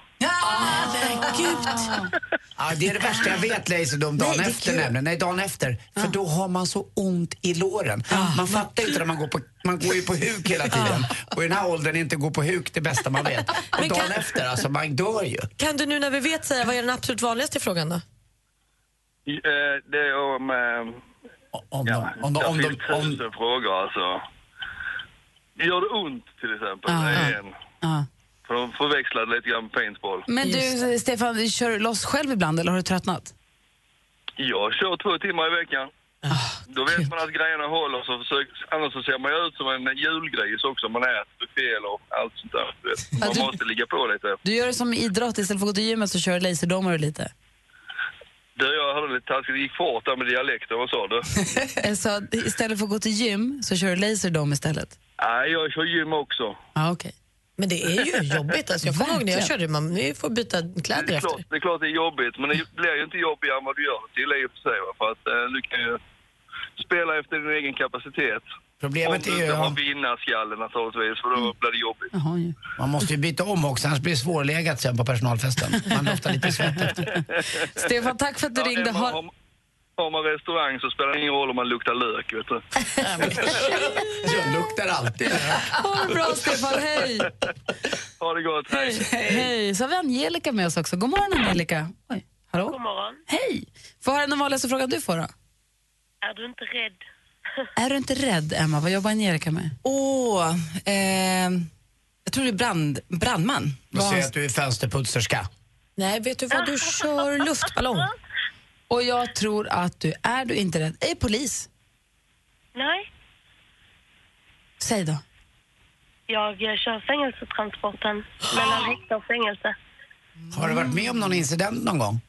Ja, det är det värsta jag vet, laserdome dagen efter nämligen. Nej, dagen efter. För då har man så ont i låren. Man fattar inte när man går ju på huk hela tiden. Och i den här åldern inte gå på huk det bästa man vet. Och dagen efter, alltså man dör ju. Kan du nu när vi vet säga vad är den absolut vanligaste frågan då? Det är om tusen frågor alltså. Gör det ont till exempel? För de förväxlar lite grann med paintball. Men du, Stefan, kör du loss själv ibland eller har du tröttnat? Jag kör 2 timmar i veckan. Då vet man att grejerna håller, annars så ser man ju ut som en julgris också. Man äter fel och allt sånt där. Man måste ligga på lite. Du gör det som idrott, istället för att gå till gymmet så kör du laserdomar lite. Jag hade lite taskigt, det gick fort där med dialekten, vad sa du? Så istället för att gå till gym så kör du laserdom istället? Nej, jag kör gym också. Okej. Men det är ju jobbigt. Alltså, jag kommer ihåg när jag körde, man får byta kläder efter. Det är klart det är jobbigt, men det blir ju inte jobbigare än vad du gör det till i och för sig. För att du kan ju spela efter din egen kapacitet. Problemet är ju... Om du inte har vinnarskallen naturligtvis, för då blir det jobbigt. Man måste ju byta om också, annars blir det svårlegat sen på personalfesten. Man låter lite svett efter. Stefan, tack för att du ringde. Har man restaurang så spelar det ingen roll om man luktar lök, vet du. Jag luktar alltid. Ha det bra, Stefan. Hej. Ha det gott. Hej. Så har vi Angelica med oss också. God morgon, Angelica. Oj. Hallå? God morgon. Hej. Vad är den vanligaste frågan du får då? Är du inte rädd? Är du inte rädd, Emma? Vad jobbar Angelica med? Jag tror det är brandman. Du säger att du är fönsterputserska. Nej, vet du vad? Du kör luftballong. Och jag tror att du inte rädd. Är polis? Nej. Säg då. Jag kör fängelsetransporten mellan häkte och fängelse. Har du varit med om någon incident någon gång?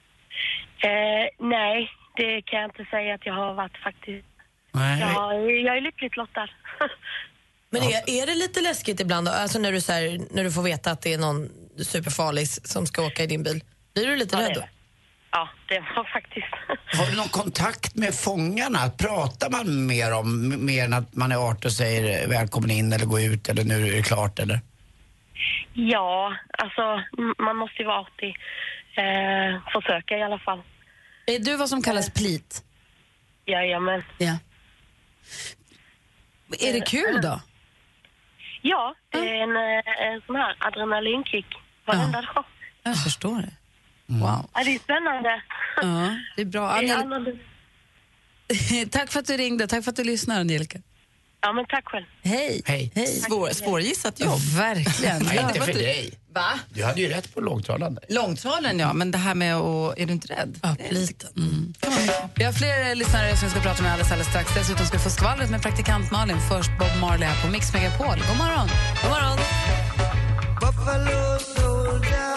Nej, det kan jag inte säga att jag har varit faktiskt. Nej. Jag är lyckligt lottad. Men är det lite läskigt ibland då? Alltså när du får veta att det är någon superfarlig som ska åka i din bil? Blir du lite rädd då? Ja, det var faktiskt. Har du någon kontakt med fångarna? Pratar man mer än att man är 18 och säger välkommen in eller gå ut eller nu är det klart eller? Ja, alltså man måste ju vara alltid försöka i alla fall. Är du vad som kallas plit? Jajamän. Ja. Är det kul då? Ja, det är en sån här adrenalinkick varenda dag. Jag förstår det. Wow. Ja, det är spännande. Ja, det är bra. Tack för att du ringde. Tack för att du lyssnar, Angelica. Ja, men tack själv. Hej. Hej. Svårgissat jobb. Verkligen. Nej, inte för dig. Va? Du hade ju rätt på långtradaren. Långtradaren, ja. Men det här med att... Är du inte rädd? Ja, lite. Vi har fler lyssnare som vi ska prata med alldeles strax. Dessutom ska vi få skvallret med praktikant Malin. Först Bob Marley här på Mix Megapol. God morgon. God morgon. Buffalo soldier,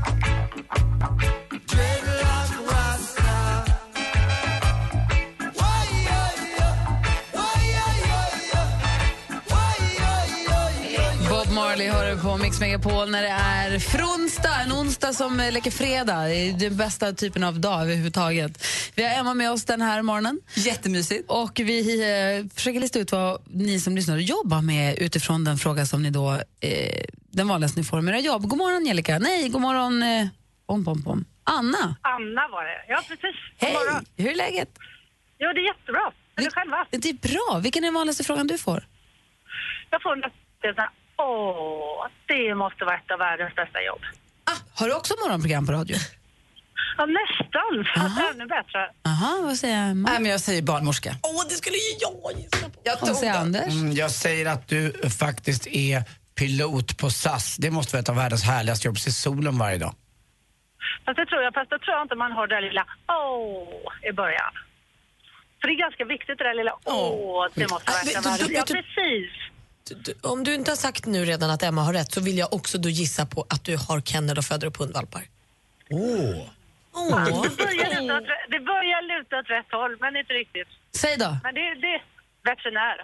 dreadlock rasta. Bob Marley hör på Mix Megapol när det är fronsdag, en onsdag som leker fredag. Det är den bästa typen av dag överhuvudtaget. Vi har Emma med oss den här morgonen. Jättemysigt. Och vi försöker lista ut vad ni som lyssnar jobbar med utifrån den fråga som ni då, den vanligaste ni får med era jobb. God morgon Angelica. Nej, god morgon Anna. Anna var det. Ja, precis. Hej, hur är läget? Jo, det är jättebra. Är du själva? Det är bra. Vilken är den vanligaste frågan du får? Jag får nästan det måste vara ett av världens bästa jobb. Har du också morgonprogram på radio? Ja, nästan. Fast ännu bättre. Aha, vad säger Emma? Nej, men jag säger barnmorska. Det skulle ju jag gissa på. Vad säger Anders? Jag säger att du faktiskt är pilot på SAS. Det måste vara ett av världens härligaste jobb. Se solen varje dag. Fast det tror jag inte man har det lilla i början. För det är ganska viktigt det där lilla det måste verkligen vara. Ja, precis. Om du inte har sagt nu redan att Emma har rätt så vill jag också då gissa på att du har kennel och föder upp hundvalpar. Det börjar luta åt rätt håll, men inte riktigt. Säg då. Men det är veterinär.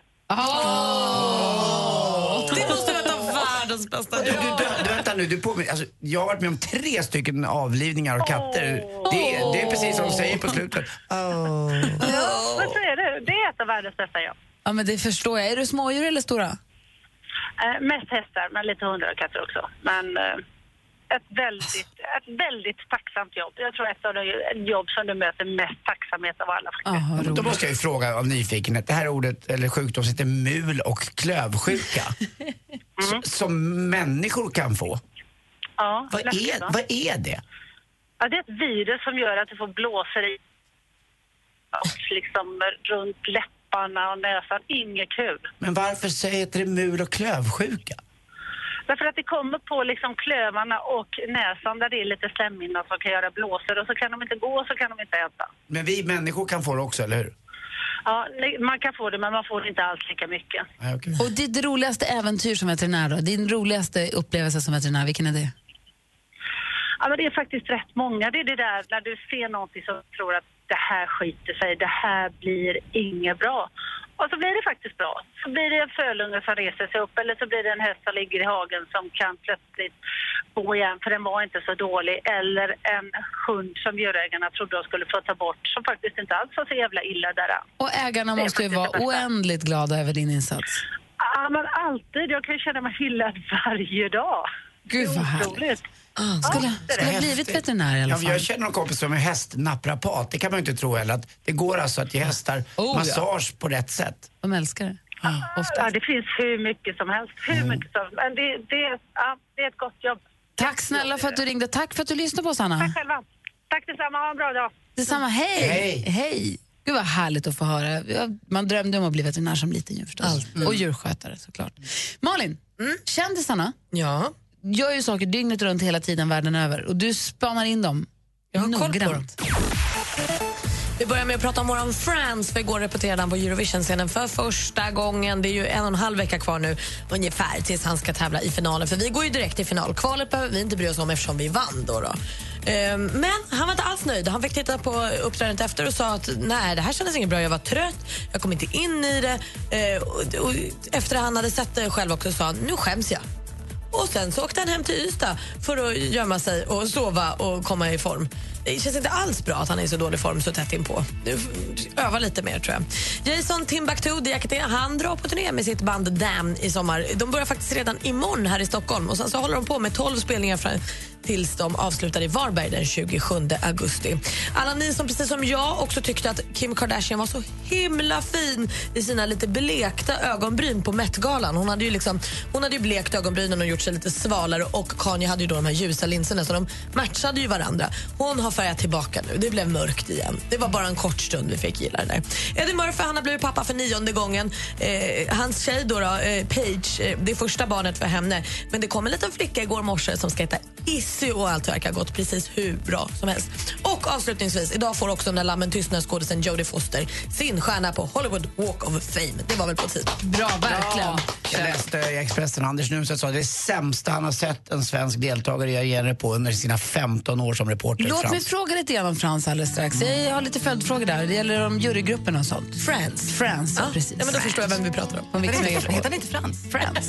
Det måste vara världens bästa jobb. Vänta nu, alltså, jag har varit med om 3 stycken avlivningar av katter. Det är precis som de säger på slutet. Men så är det. Det är ett av världens bästa jobb. Ja, men det förstår jag. Är du smådjur eller stora? Mest hästar, men lite hundar och katter också. Men ett väldigt tacksamt jobb. Jag tror ett av de jobb som du möter mest tacksamhet av alla. Då måste jag ju fråga av nyfikenhet. Det här ordet, eller sjukdom, heter mul- och klövsjuka. Som människor kan få. Ja, vad är det? Ja, det är ett virus som gör att du får blåsor i liksom runt läpparna och näsan. Inget kul. Men varför säger det mul- och klövsjuka? Därför att det kommer på liksom klövarna och näsan där det är lite slemhinna som kan göra blåsor och så kan de inte gå och så kan de inte äta. Men vi människor kan få det också, eller hur? Ja, man kan få det men man får inte alls lika mycket. Okay. Och ditt roligaste äventyr som veterinär då? Din roligaste upplevelse som veterinär, vilken är det? Ja, men det är faktiskt rätt många. Det är det där när du ser någonting som tror att det här skiter sig, det här blir inget bra. Och så blir det faktiskt bra. Så blir det en fölunge som reser sig upp eller så blir det en häst som ligger i hagen som kan plötsligt gå igen för den var inte så dålig. Eller en hund som djurägarna trodde de skulle få ta bort som faktiskt inte alls var så jävla illa där. Och ägarna måste ju vara oändligt glada över din insats. Ja, men alltid. Jag kan känna mig hyllad varje dag. Gud vad härligt. Skulle ha blivit veterinär i alla fall. Jag känner en kompis som är hästnaprapat. Det kan man ju inte tro heller. Att det går alltså att ge hästar massage på rätt sätt. De älskar det. Ja, det finns hur mycket som helst. Mycket som, men det är ett gott jobb. Tack snälla för att du ringde. Tack för att du lyssnade på oss, Anna. Tack själva. Tack detsamma. Ha en bra dag. Detsamma. Hej. Gud vad härligt att få höra. Man drömde om att bli veterinär som liten ju förstås. Och djurskötare såklart. Malin, kändisarna gör ju saker dygnet runt hela tiden världen över. Och du spanar in dem. Jag har koll på dem. Vi börjar med att prata om våran Friends, för igår repeterade han på Eurovision-scenen för första gången. Det är ju 1,5 vecka kvar nu ungefär tills han ska tävla i finalen. För vi går ju direkt till final. Kvalet behöver vi inte bry oss om eftersom vi vann då. Men han var inte alls nöjd. Han fick titta på uppträdandet efter och sa att nej, det här kändes inget bra. Jag var trött, jag kom inte in i det. Och efter han hade sett det själv också sa han, nu skäms jag. Och sen så åkte han hem till Ystad för att gömma sig och sova och komma i form. Det känns inte alls bra att han är i så dålig form så tätt inpå. Öva lite mer tror jag. Jason Timbuktu, han drar på turné med sitt band Damn i sommar. De börjar faktiskt redan imorgon här i Stockholm och sen så håller de på med 12 spelningar tills de avslutar i Varberg den 27 augusti. Alla ni som precis som jag också tyckte att Kim Kardashian var så himla fin i sina lite blekta ögonbryn på Met-galan. Hon hade ju blekt ögonbrynen och gjort sig lite svalare, och Kanye hade ju då de här ljusa linserna, så de matchade ju varandra. Hon har färgat tillbaka nu. Det blev mörkt igen. Det var bara en kort stund vi fick gilla det där. Eddie Murphy, han har blivit pappa för 9:e gången. Hans tjej då, Paige, det är första barnet för henne. Men det kom en liten flicka igår morse som ska heta Issy, och allt verkar gått precis hur bra som helst. Och avslutningsvis, idag får också när lammen tystnar skådisen Jodie Foster sin stjärna på Hollywood Walk of Fame. Det var väl på tid. Bra, verkligen. Jag läste i Expressen, Anders Nunstedt sa att det är sämsta han har sett en svensk deltagare göra genre på under sina 15 år som reporter. Låt mig fråga lite grann om Frans alldeles strax. Jag har lite följdfrågor där. Det gäller om jurygrupperna och sånt. Frans, ja, precis. Ja, men då förstår jag vem vi pratar om. Heter han inte Frans? Frans.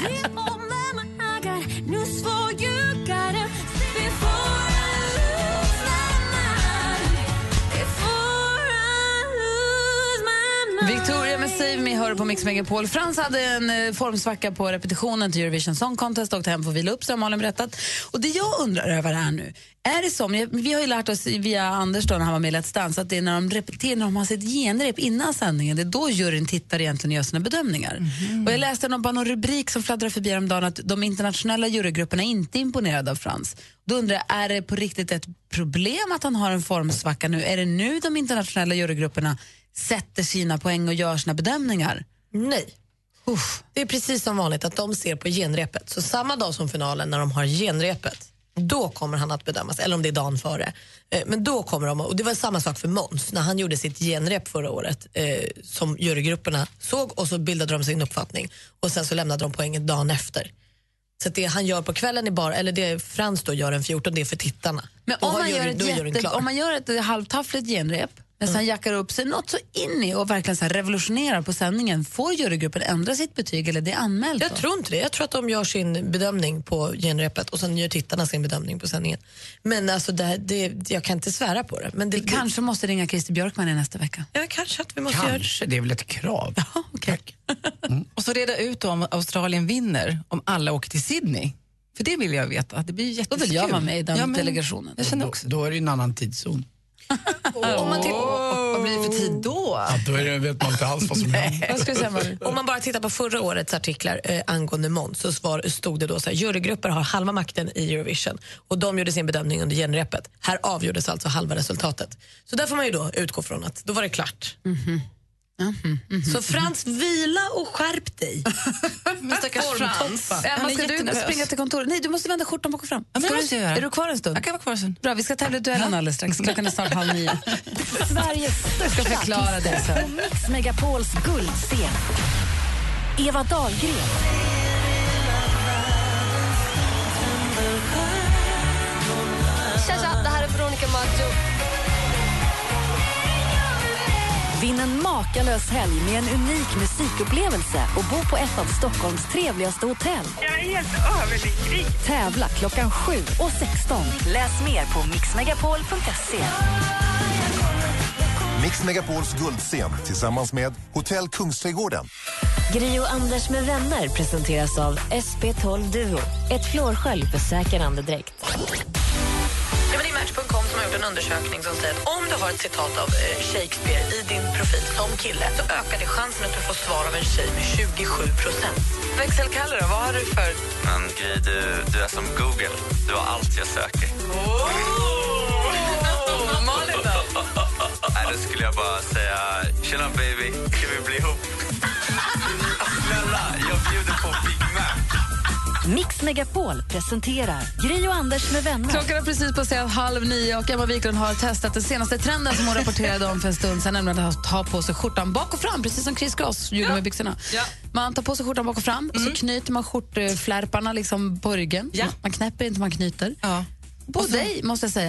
Victoria med Save Me hör på Mix Megapol. Frans hade en formsvacka på repetitionen till Eurovision Song Contest och åkte hem för att vila upp sig, har Malin berättat. Och det jag undrar över här nu, är det som, vi har ju lärt oss via Anders då när han var med i Let's Dance, att det är när de repeterar, när de har sett genrep innan sändningen, det är då juryn tittar egentligen och gör sina bedömningar. Och jag läste någon rubrik som fladdrade förbi häromdagen att de internationella jurygrupperna är inte imponerade av Frans. Då undrar jag, är det på riktigt ett problem att han har en formsvacka nu? Är det nu de internationella jurygrupperna sätter sina poäng och gör sina bedömningar? Nej. Det är precis som vanligt att de ser på genrepet. Så samma dag som finalen, när de har genrepet, då kommer han att bedömas. Eller om det är dagen före. Men då kommer de, och det var samma sak för Måns när han gjorde sitt genrep förra året, som jurygrupperna såg, och så bildade de sin uppfattning. Och sen så lämnade de poängen dagen efter. Så det han gör på kvällen är bara, eller det Frans då gör en 14, det är för tittarna. Men om man gör ett halvtaffligt genrep, men sen jackar upp sig något så in i och verkligen så här revolutionerar på sändningen, får jurygruppen ändra sitt betyg eller det är anmält? Jag tror inte det. Jag tror att de gör sin bedömning på genrepet och sen gör tittarna sin bedömning på sändningen. Men alltså jag kan inte svära på det. Men vi kanske måste ringa Christer Björkman i nästa vecka. Ja, kanske att vi måste göra det. Kanske, det är väl ett krav. Ja, okay. Och så reda ut om Australien vinner, om alla åker till Sydney. För det vill jag veta. Det blir jättekul. Då vill jag vara med i den delegationen. Jag känner också. Då är det ju en annan tidszon. Om man vad blir det för tid då? Ja, då vet man inte alls vad som händer. Om man bara tittar på förra årets artiklar angående Måns, så stod det då så här: jurygrupper har halva makten i Eurovision och de gjorde sin bedömning under genrepet. Här avgjordes alltså halva resultatet. Så där får man ju då utgå från att då var det klart. Så Frans, vila och skärp dig. Men stackars Frans. Emma, ska du springa till kontoret? Nej, du måste vända skjortan bak och fram. Ja, är du kvar en stund? Jag kan vara kvar en stund. Bra, vi ska tävla i duellen alldeles strax. Klockan är snart 8:30. Sveriges största förklara det sen. Och Mix Megapols guldscen. Eva Dahlgren. Tja, det här är Veronica Maggio. Vinn en makalös helg med en unik musikupplevelse och bo på ett av Stockholms trevligaste hotell. Jag är helt överlycklig. Tävla klockan 7 och 16. Läs mer på mixmegapol.se. Mix Megapols guldscen tillsammans med Hotell Kungsträdgården. Gri och Anders med vänner presenteras av SP12 Duo. Ett flårskölj för säker andedräkt. Det är Match.com som har gjort en undersökning som säger att om du har ett citat av Shakespeare i din profil som kille, så ökar det chansen att du får svar av en tjej med 27%. Växelkalle då, vad har du för? Men Gry, du är som Google. Du har allt jag söker. Malin då? Nej, då skulle jag bara säga, tjena baby, ska vi bli ihop? Snälla, jag bjuder på Big Mac. Mix Megapol presenterar Gri och Anders med vänner. Klockan är precis på att säga 8:30 och Emma Wiklund har testat den senaste trenden som hon rapporterade om för en stund sedan, nämligen att ta på sig skjortan bak och fram, precis som Chris Cross gjorde med byxorna. Ja. Man tar på sig skjortan bak och fram och så knyter man skjortflärparna liksom på ryggen. Ja. Man knäpper inte, man knyter. Ja. På dig, måste jag säga.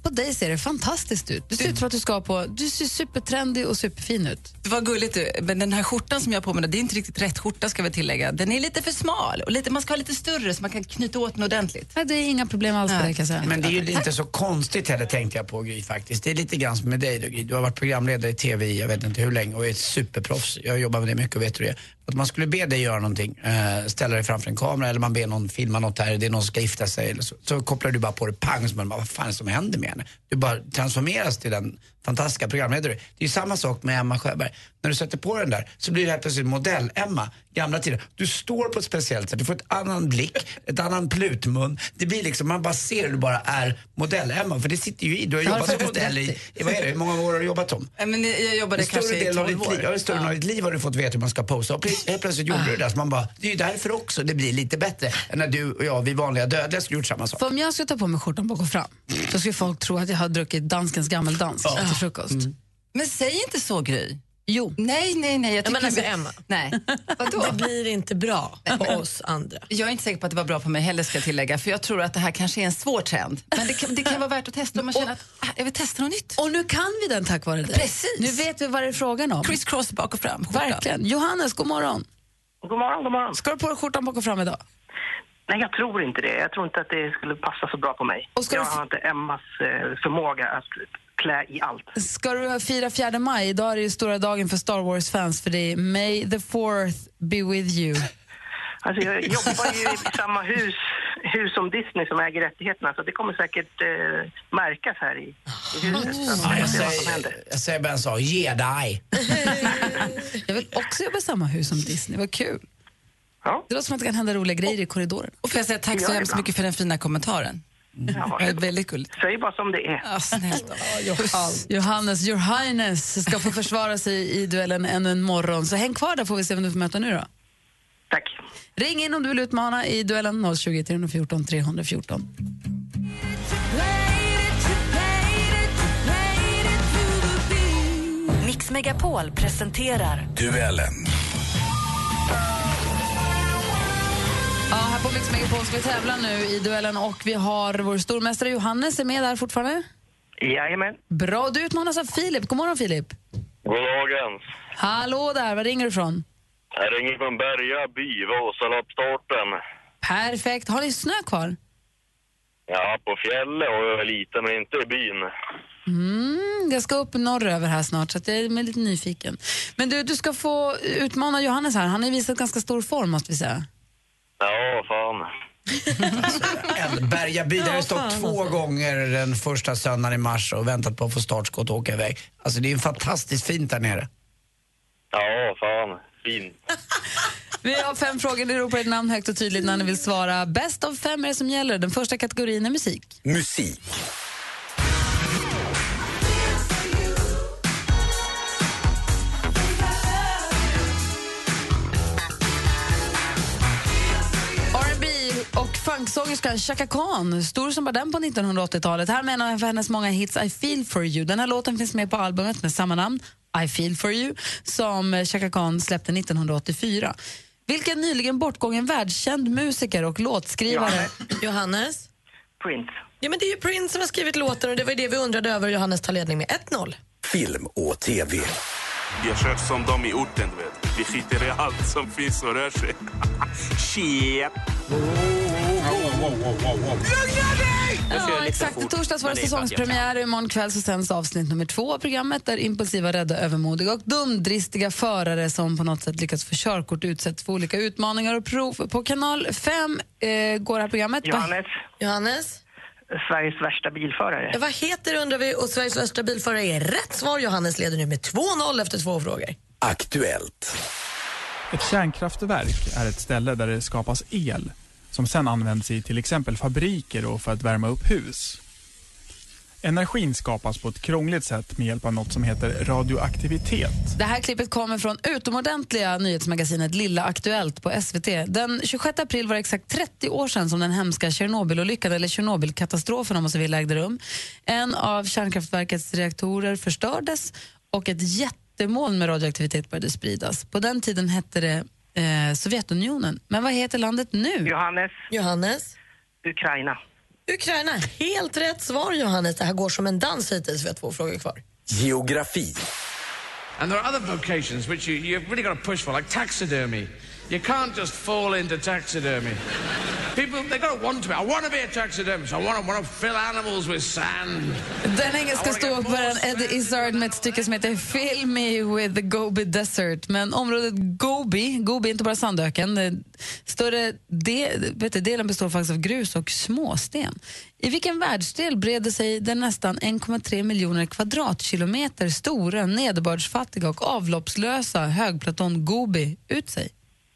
på dig ser det fantastiskt ut. Du ser ut som att du ser supertrendig och superfin ut. Det var gulligt, men den här skjortan som jag har på mig, det är inte riktigt rätt skjorta ska vi tillägga. Den är lite för smal och man ska ha lite större så man kan knyta åt den ordentligt. Ja, det är inga problem alls med det, kan jag säga. Men det är ju inte så konstigt heller, tänkte jag på, Gry, faktiskt. Det är lite grann som med dig då, Gry. Du har varit programledare i TV, jag vet inte hur länge, och är ett superproffs. Jag jobbar med det mycket och vet hur det är. Att man skulle be dig göra någonting, ställa dig framför en kamera eller man ber någon filma något här, det är någon som ska gifta sig eller så kopplar du bara på det pang, så man bara, vad fan är det som händer med henne? Du bara transformeras till den fantastiska programledare. Det är ju samma sak med Emma Sjöberg. När du sätter på den där så blir det här plötsligt modell Emma, gamla tider. Du står på ett speciellt sätt, du får ett annan blick, ett annan plutmun. Det blir liksom, man bara ser att du bara är modell Emma, för det sitter ju i. Du har jobbat som modell i, vad är det, hur många år har du jobbat om? Men jag jobbade kanske i 12 år. Ja, större del av ditt liv har du fått veta hur man ska posa. Och helt plötsligt gjorde du det, så man bara, det är ju därför också det blir lite bättre än när du och jag, vi vanliga dödliga, skulle gjort samma sak. För om jag ska ta på mig skjortan på och gå fram, så skulle folk tro att jag har druckit danskens gammeldans till frukost. Men säg inte så, Gry. Jo. Nej. Jag tycker men Emma. Nej. Vadå? Det blir inte bra på oss andra. Jag är inte säker på att det var bra på mig heller, ska jag tillägga. För jag tror att det här kanske är en svår trend. Men det kan vara värt att testa om man känner att jag vill testa något nytt. Och nu kan vi den tack vare dig. Precis. Nu vet vi vad det är frågan om. Criss cross bak och fram. Verkligen. Johannes, god morgon. God morgon. Ska du på dig skjortan bak och fram idag? Nej, jag tror inte det. Jag tror inte att det skulle passa så bra på mig. Jag har inte Emmas förmåga att klä i allt. Ska du fira 4 maj? Idag är det ju stora dagen för Star Wars-fans, för det är May the 4th be with you. Alltså jag jobbar ju i samma hus som Disney som äger rättigheterna, så det kommer säkert märkas här i huset. Jag säger bara en sak, ge dig. Jag vill också jobba i samma hus som Disney, vad kul. Ja. Det låter som att det kan hända roliga grejer i korridoren. Och får jag säga tack så hemskt mycket för den fina kommentaren. Ja, det är väldigt gulligt. Säg bara som det är. Ja, snällt. Johannes, your highness, ska få försvara sig i duellen ännu en morgon. Så häng kvar där, får vi se vem du får möta nu då. Tack. Ring in om du vill utmana i duellen 020 314 314. Mix Megapol presenterar Duellen. Ja, här på Mix Megapol ska vi tävla nu i duellen och vi har vår stormästare Johannes är med där fortfarande. Jajamän. Bra, du utmanas av Filip. God morgon, Filip. God morgon. Hallå där, var ringer du ifrån? Jag ringer från Berga by, Vasaloppsstarten. Perfekt. Har ni snö kvar? Ja, på fjället och lite, men inte i byn. Jag ska upp norröver här snart, så att jag är lite nyfiken. Men du ska få utmana Johannes här. Han har visat ganska stor form, måste vi säga. Ja, fan. Bergaby, där har stått 2 gånger den första söndagen i mars och väntat på att få startskott och åka iväg. Alltså det är ju fantastiskt fint där nere. Ja, fan. Fint. Vi har 5 frågor, ni ropar ett namn högt och tydligt när ni vill svara. Bäst av 5 är det som gäller. Den första kategorin är musik. Musik. Och funksångerskan Chaka Khan, stor som bara den på 1980-talet. Här menar jag för hennes många hits I Feel For You. Den här låten finns med på albumet med samma namn, I Feel For You, som Chaka Khan släppte 1984. Vilken nyligen bortgången världskänd musiker och låtskrivare? Johannes? Prince. Ja, men det är ju Prince som har skrivit låten och det var det vi undrade över. Johannes tar ledning med 1-0. Film och TV. Jag kör som de i orten, du vet. Vi skiter i allt som finns och rör sig. Shit! Ja, exakt. I torsdags var det säsongspremiär och imorgon kväll så sänds avsnitt nummer 2 av programmet där impulsiva, rädda, övermodiga och dumdristiga förare som på något sätt lyckats få körkort utsätts för olika utmaningar och prov. På kanal 5 går det här programmet. Johannes? Sveriges värsta bilförare. Vad heter det undrar vi, och Sveriges värsta bilförare är rätt svar. Johannes leder nu med 2-0 efter 2 frågor. Aktuellt. Ett kärnkraftverk är ett ställe där det skapas el som sedan används i till exempel fabriker och för att värma upp hus. Energin skapas på ett krångligt sätt med hjälp av något som heter radioaktivitet. Det här klippet kommer från utomordentliga nyhetsmagasinet Lilla Aktuellt på SVT. Den 26 april var det exakt 30 år sedan som den hemska Tjernobylolyckan, eller Tjernobylkatastrofen om man så vill, ägde rum. En av kärnkraftverkets reaktorer förstördes och ett jättemoln med radioaktivitet började spridas. På den tiden hette det Sovjetunionen. Men vad heter landet nu? Johannes. Johannes? Ukraina. Ukraina, helt rätt svar Johannes. Det här går som en dans hittills, vi har 2 frågor kvar. Geografi. And there are other vocations which you've really got to push for, like taxidermy. You can't just fall into taxidermy. People, they've got to want to be. I want to be a taxidermist. I want to fill animals with sand. Den engelska ståupparen Eddie Izzard med ett stycke som heter Fill Me with the Gobi Desert. Men området Gobi är inte bara sandöken. Större delen består faktiskt av grus och småsten. I vilken världsdel breder sig den nästan 1,3 miljoner kvadratkilometer stora, nederbördsfattiga och avloppslösa högplatån Gobi ut sig?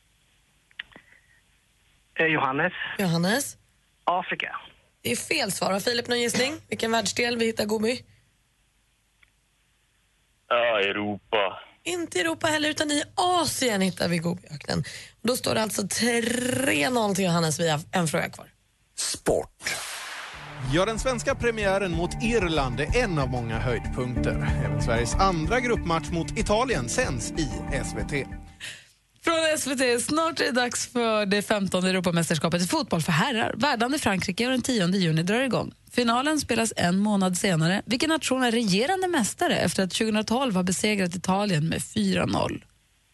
Johannes. Afrika. Det är fel svar. Har Filip någon gissning? Vilken världsdel vi hittar Gobi? Ja, Europa. Inte Europa heller, utan i Asien hittar vi Gobiöknen. Då står det alltså 3-0 till Johannes. Vi har en fråga kvar. Sport. Ja, den svenska premiären mot Irland är en av många höjdpunkter. Även Sveriges andra gruppmatch mot Italien sänds i SVT. Från SVT, snart är det dags för det 15:e Europamästerskapet i fotboll för herrar. Värdande Frankrike och den 10 juni drar igång. Finalen spelas en månad senare. Vilken nation är regerande mästare efter att 2012 har besegrat Italien med 4-0?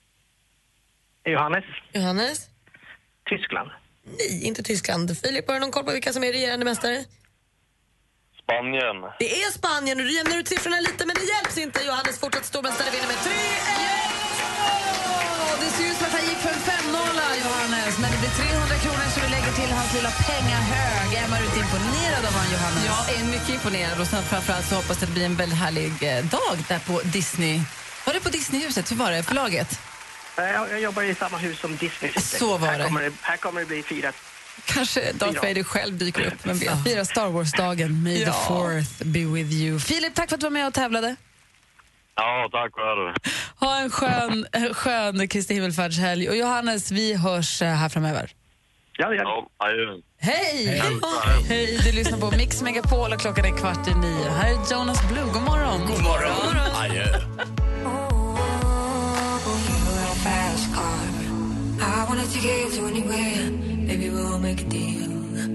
Johannes. Tyskland. Nej, inte Tyskland. Filip, har du någon koll på vilka som är regerande mästare? Spanien. Det är Spanien och du jämnar ut siffrorna lite, men det hjälps inte. Johannes fortsatt stormästare vinner med 3-1! Det ser ut som att han gick för en 5-0, Johannes. Men det blir 300 kronor som vi lägger till hans lilla pengahög. Är man inte imponerad av han, Johannes? Jag är mycket imponerad och sen framförallt så hoppas att det blir en väldigt härlig dag där på Disney. Var det på Disneyhuset? Hur var det? Förlaget? Jag jobbar i samma hus som Disney. Så var det. Här kommer det bli 4. Kanske Darth Vader själv dyker upp. Men fira Star Wars-dagen. May the 4th be with you. Filip, tack för att du var med och tävlade. Ja, tack själv. Ha en skön Kristi himmelfärdshelg. Och Johannes, vi hörs här framöver. Ja, Hej! Hej, du lyssnar på Mix Megapol och klockan är 8:45. Här är Jonas Blue. God morgon. God morgon. Adjö. I wanna take you to anywhere. Maybe we'll make a deal.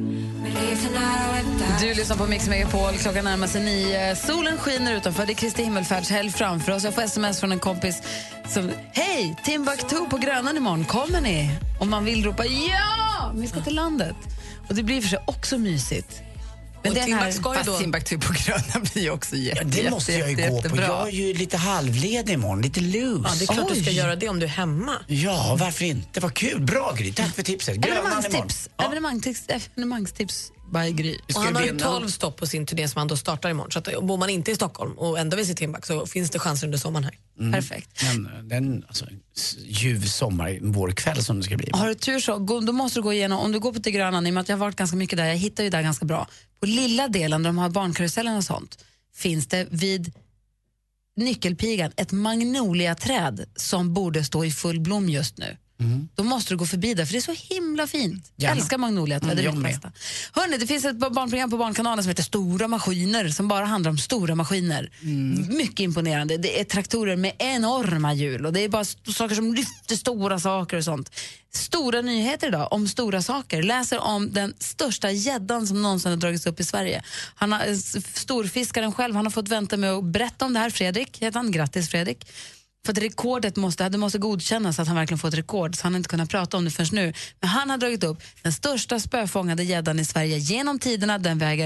Du lyssnar på Mix Megapol, klockan närmar sig 9. Solen skiner utanför, det är Kristi himmelfärdshelg framför oss. Jag får sms från en kompis som: hej, Timbuktu på Grönan imorgon, kommer ni? Om man vill ropa ja, vi ska till landet. Och det blir för sig också mysigt. Men och Timbuktu på Grönan blir också det måste jag ju gå på. Jag är ju lite halvledig imorgon, lite loose. Ja, det är klart du ska göra det om du är hemma. Ja, varför inte? Vad kul, bra Gry, tack för tipset. Evenemangstips by Gry. Och han har ju 12 stopp på sin turné som han då startar imorgon. Så att bor man inte i Stockholm och ändå vill se Timbuk så finns det chanser under sommaren här. Perfekt. Men den ljuv sommar, vårkväll som det ska bli. Har du tur så, då måste du gå igenom, om du går på till Grönan, i och med att jag har varit ganska mycket där, jag hittar ju där ganska bra. På lilla delen där de har barnkarusellen och sånt finns det vid Nyckelpigan ett magnoliaträd som borde stå i full blom just nu. Då måste du gå förbi där, för det är så himla fint. Jag älskar magnoliaträd, det är mitt bästa. Hörrni, det finns ett barnprogram på Barnkanalen som heter Stora maskiner, som bara handlar om stora maskiner. Mycket imponerande. Det är traktorer med enorma hjul och det är bara saker som lyfter stora saker och sånt. Stora nyheter idag om stora saker. Läser om den största gäddan som någonsin har dragits upp i Sverige. Storfiskaren själv, han har fått vänta med att berätta om det här. Fredrik heter han. Grattis Fredrik. För att rekordet måste godkännas, att han verkligen får ett rekord, så han har inte kunnat prata om det förrän nu. Men han har dragit upp den största spöfångade gäddan i Sverige genom tiderna. Den väger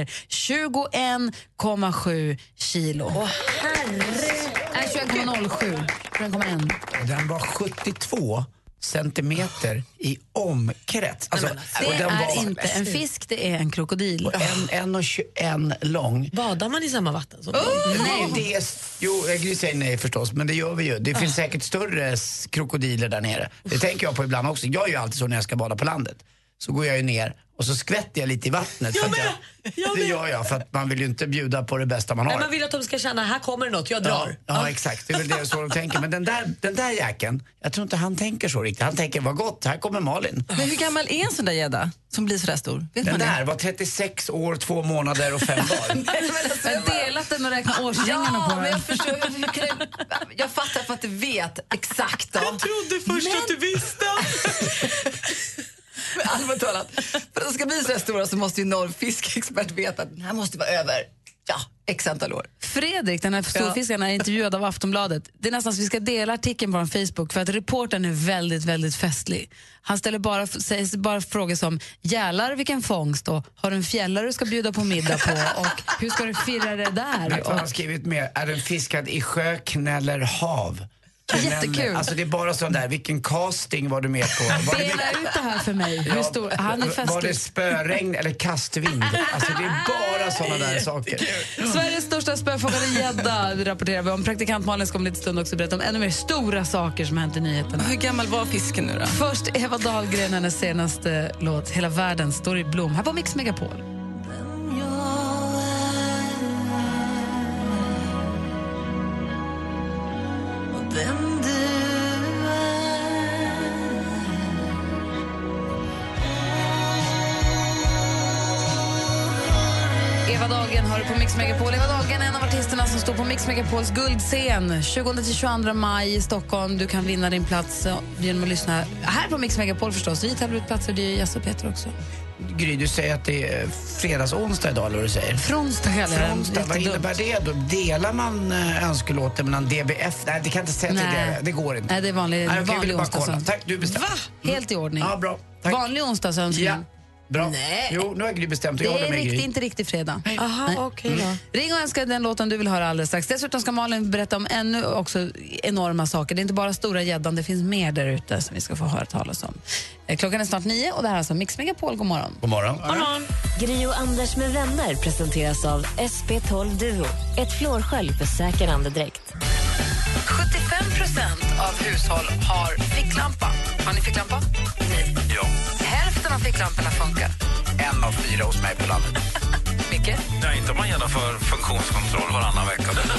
21,7 kilo. Åh herre! 21,07. 21,1. Den var 72 centimeter i omkrets. Alltså, det är inte en fisk, det är en krokodil. 1,21 lång. Badar man i samma vatten? Nej, det är... Jo, jag säger nej förstås, men det gör vi ju. Det finns säkert större krokodiler där nere. Det tänker jag på ibland också. Jag är ju alltid så när jag ska bada på landet. Så går jag ju ner och så skvätter jag lite i vattnet. Det gör jag, för att man vill ju inte bjuda på det bästa man har. Nej, man vill att de ska känna, här kommer det något, jag drar. Ja, exakt. Det är väl det så de tänker. Men den där jäkeln, jag tror inte han tänker så riktigt. Han tänker, vad gott, här kommer Malin. Men hur gammal är en sån där gädda som blir så där stor? Den där var 36 år, 2 månader och 5 dagar. Jag har delat den och räknat årsringarna på den. Men jag förstår, jag fattar för att du vet exakt då. Jag trodde först att du visste. Allmänt talat. För att de ska bli så här stora så måste ju någon fiskexpert veta att den här måste vara över x antal år. Fredrik, den här storfiskaren, är intervjuad av Aftonbladet. Det är nästan så vi ska dela artikeln på Facebook för att reportern är väldigt, väldigt festlig. Han säger bara frågor som: jälar vilken fångst, och har du en fjällare du ska bjuda på middag på, och hur ska du fira det där? Vet vad han har skrivit mer? Är den fiskad i sjö, knäll eller hav? Jättekul. Alltså det är bara sån där, vilken casting var du med på? Bena ut det här för mig. Hur stor? Han är festlig. Var det spöregn eller kastvind? Alltså det är bara såna där saker. Sveriges största spöfångade gädda rapporterar vi om. Praktikant Malin ska om lite stund också berätta om ännu mer stora saker som hänt i nyheterna. Hur gammal var fisken nu då? Först Eva Dahlgren, hennes senaste låt Hela världen står i blom, här på Mix Megapol. Eva Dahlgren har du på Mix Megapol. Eva Dahlgren är en av artisterna som står på Mix Megapols guldscen 20-22 maj i Stockholm. Du kan vinna din plats genom att lyssna här på Mix Megapol förstås. Vi tävlar ut platser, det är Jess och Peter också. Gry, du säger att det är fredags-onsdag idag, eller vad du säger? Fronsdag. Vad innebär det då? Delar man önskelåten mellan DBF? Nej, det kan inte säga till det. Det går inte. Nej, det är vanlig onsdagsönskan. Tack, du bestämmer. Va? Helt i ordning. Ja, bra. Tack. Vanlig onsdagsönskan. Ja. Bra. Nej. Jo, nu har Gry bestämt. Jag håller med Gry. Det är inte riktigt fredag. Aha, okej då. Ring och önska den låten du vill höra alldeles strax. Dessutom ska Malin berätta om ännu också enorma saker. Det är inte bara stora gäddan, det finns mer där ute som vi ska få höra talas om. Klockan är snart 9 och det här är alltså Mix Megapol. God morgon. God morgon. Gry och Anders med vänner presenteras av SP12 Duo. Ett flårskölj för säker andedräkt. 75% av hushåll har ficklampa. Har ni ficklampa? Nej. Ja. Hälften av ficklamporna funkar. 1 av 4 hos mig på landet. Micke? Nej, inte om man genomför funktionskontroll varannan vecka. Ja,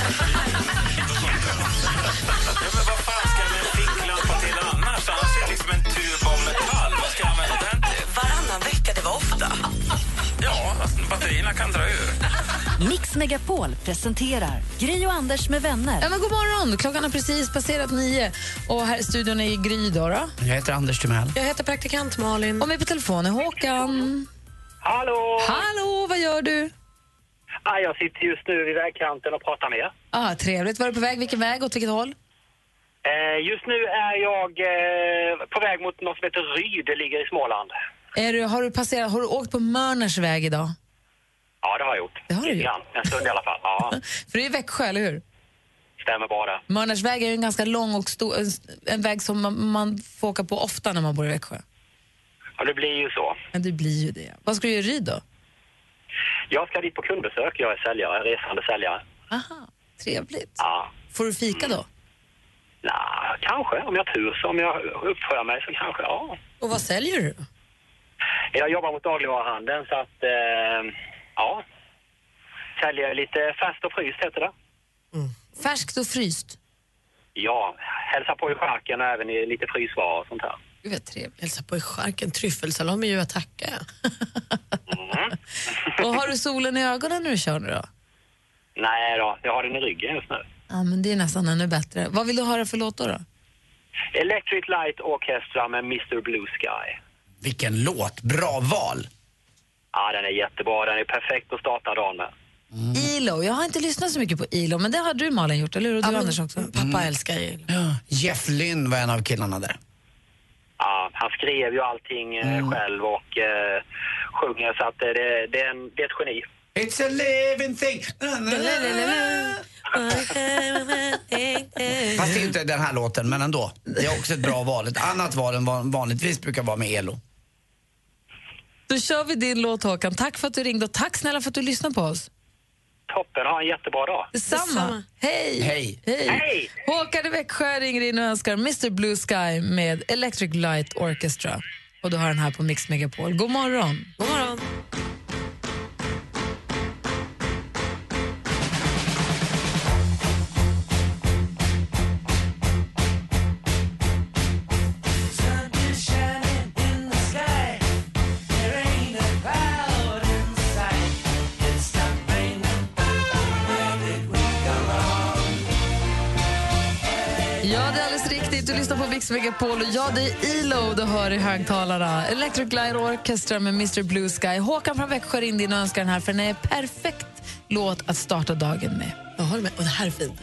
men vad fan ska jag med en ficklampa till annars? Annars är det liksom en tub av metall. Vad ska jag använda den till? Varannan vecka, det var ofta. Ja, batterierna kan dra ur. Mix Megapol presenterar Gry och Anders med vänner. Ja, men god morgon. Klockan har precis passerat 9 och här i studion är Gry då. Jag heter Anders Timell. Jag heter praktikant Malin. Och med på telefonen Håkan. Hallå! Hallå, vad gör du? Jag sitter just nu vid vägkanten och pratar med er. Trevligt. Var du på väg? Vilken väg? Åt vilket håll? Just nu är jag på väg mot något som heter Ryd. Det ligger i Småland. Har du åkt på Mörners väg idag? Ja, det har jag gjort. Det har du gjort. En stund i alla fall, ja. För det är Växjö, eller hur? Stämmer bara. Mörners väg är ju en ganska lång och stor, en väg som man får åka på ofta när man bor i Växjö. Ja, det blir ju så. Men det blir ju det. Vad ska du göra i Ryd då? Jag ska dit på kundbesök. Jag är säljare, resande säljare. Aha, trevligt. Ja. Får du fika då? Nej, kanske. Om jag har tur, så om jag uppför mig så kanske, ja. Och vad säljer du? Jag jobbar mot dagligvaruhandeln så att, ja. Säljer lite färskt och fryst heter det. Mm. Färskt och fryst? Ja, hälsa på i charken och även i lite frysvaror och sånt här. Det är trevligt. Hälsa på i charken, tryffelsallom är ju att tacka. Och har du solen i ögonen när du kör nu då? Nej då, jag har den i ryggen just nu. Ja, men det är nästan ännu bättre. Vad vill du höra för låt då? Electric Light Orchestra med Mr. Blue Sky. Vilken låt, bra val. Ja, den är jättebra, den är perfekt att starta dagen med. ILO, jag har inte lyssnat så mycket på ILO, men det har du Malin gjort, eller hur? Och du Anders också. Pappa älskar ILO. Ja. Jeff Lynne var en av killarna där. Ja, han skrev ju allting själv och sjunger så att det är ett geni. It's a living thing. Fast det är inte den här låten, men ändå. Det är också ett bra val. Ett annat val än vanligtvis brukar vara med ELO. Då kör vi din låt, Håkan. Tack för att du ringde och tack snälla för att du lyssnade på oss. Toppen, ha en jättebra dag. Detsamma. Hej. Hej. Hej. Håkan i Växjö ringer in och önskar Mr. Blue Sky med Electric Light Orchestra. Och du har den här på Mix Megapol. God morgon. God morgon. Du lyssnar på Mix Megapol och det är ELO du hör i högtalarna. Electric Light Orchestra med Mr. Blue Sky. Håkan från Växjö in din och önskar den här för den är perfekt låt att starta dagen med. Jag håller med. Och det här är fint.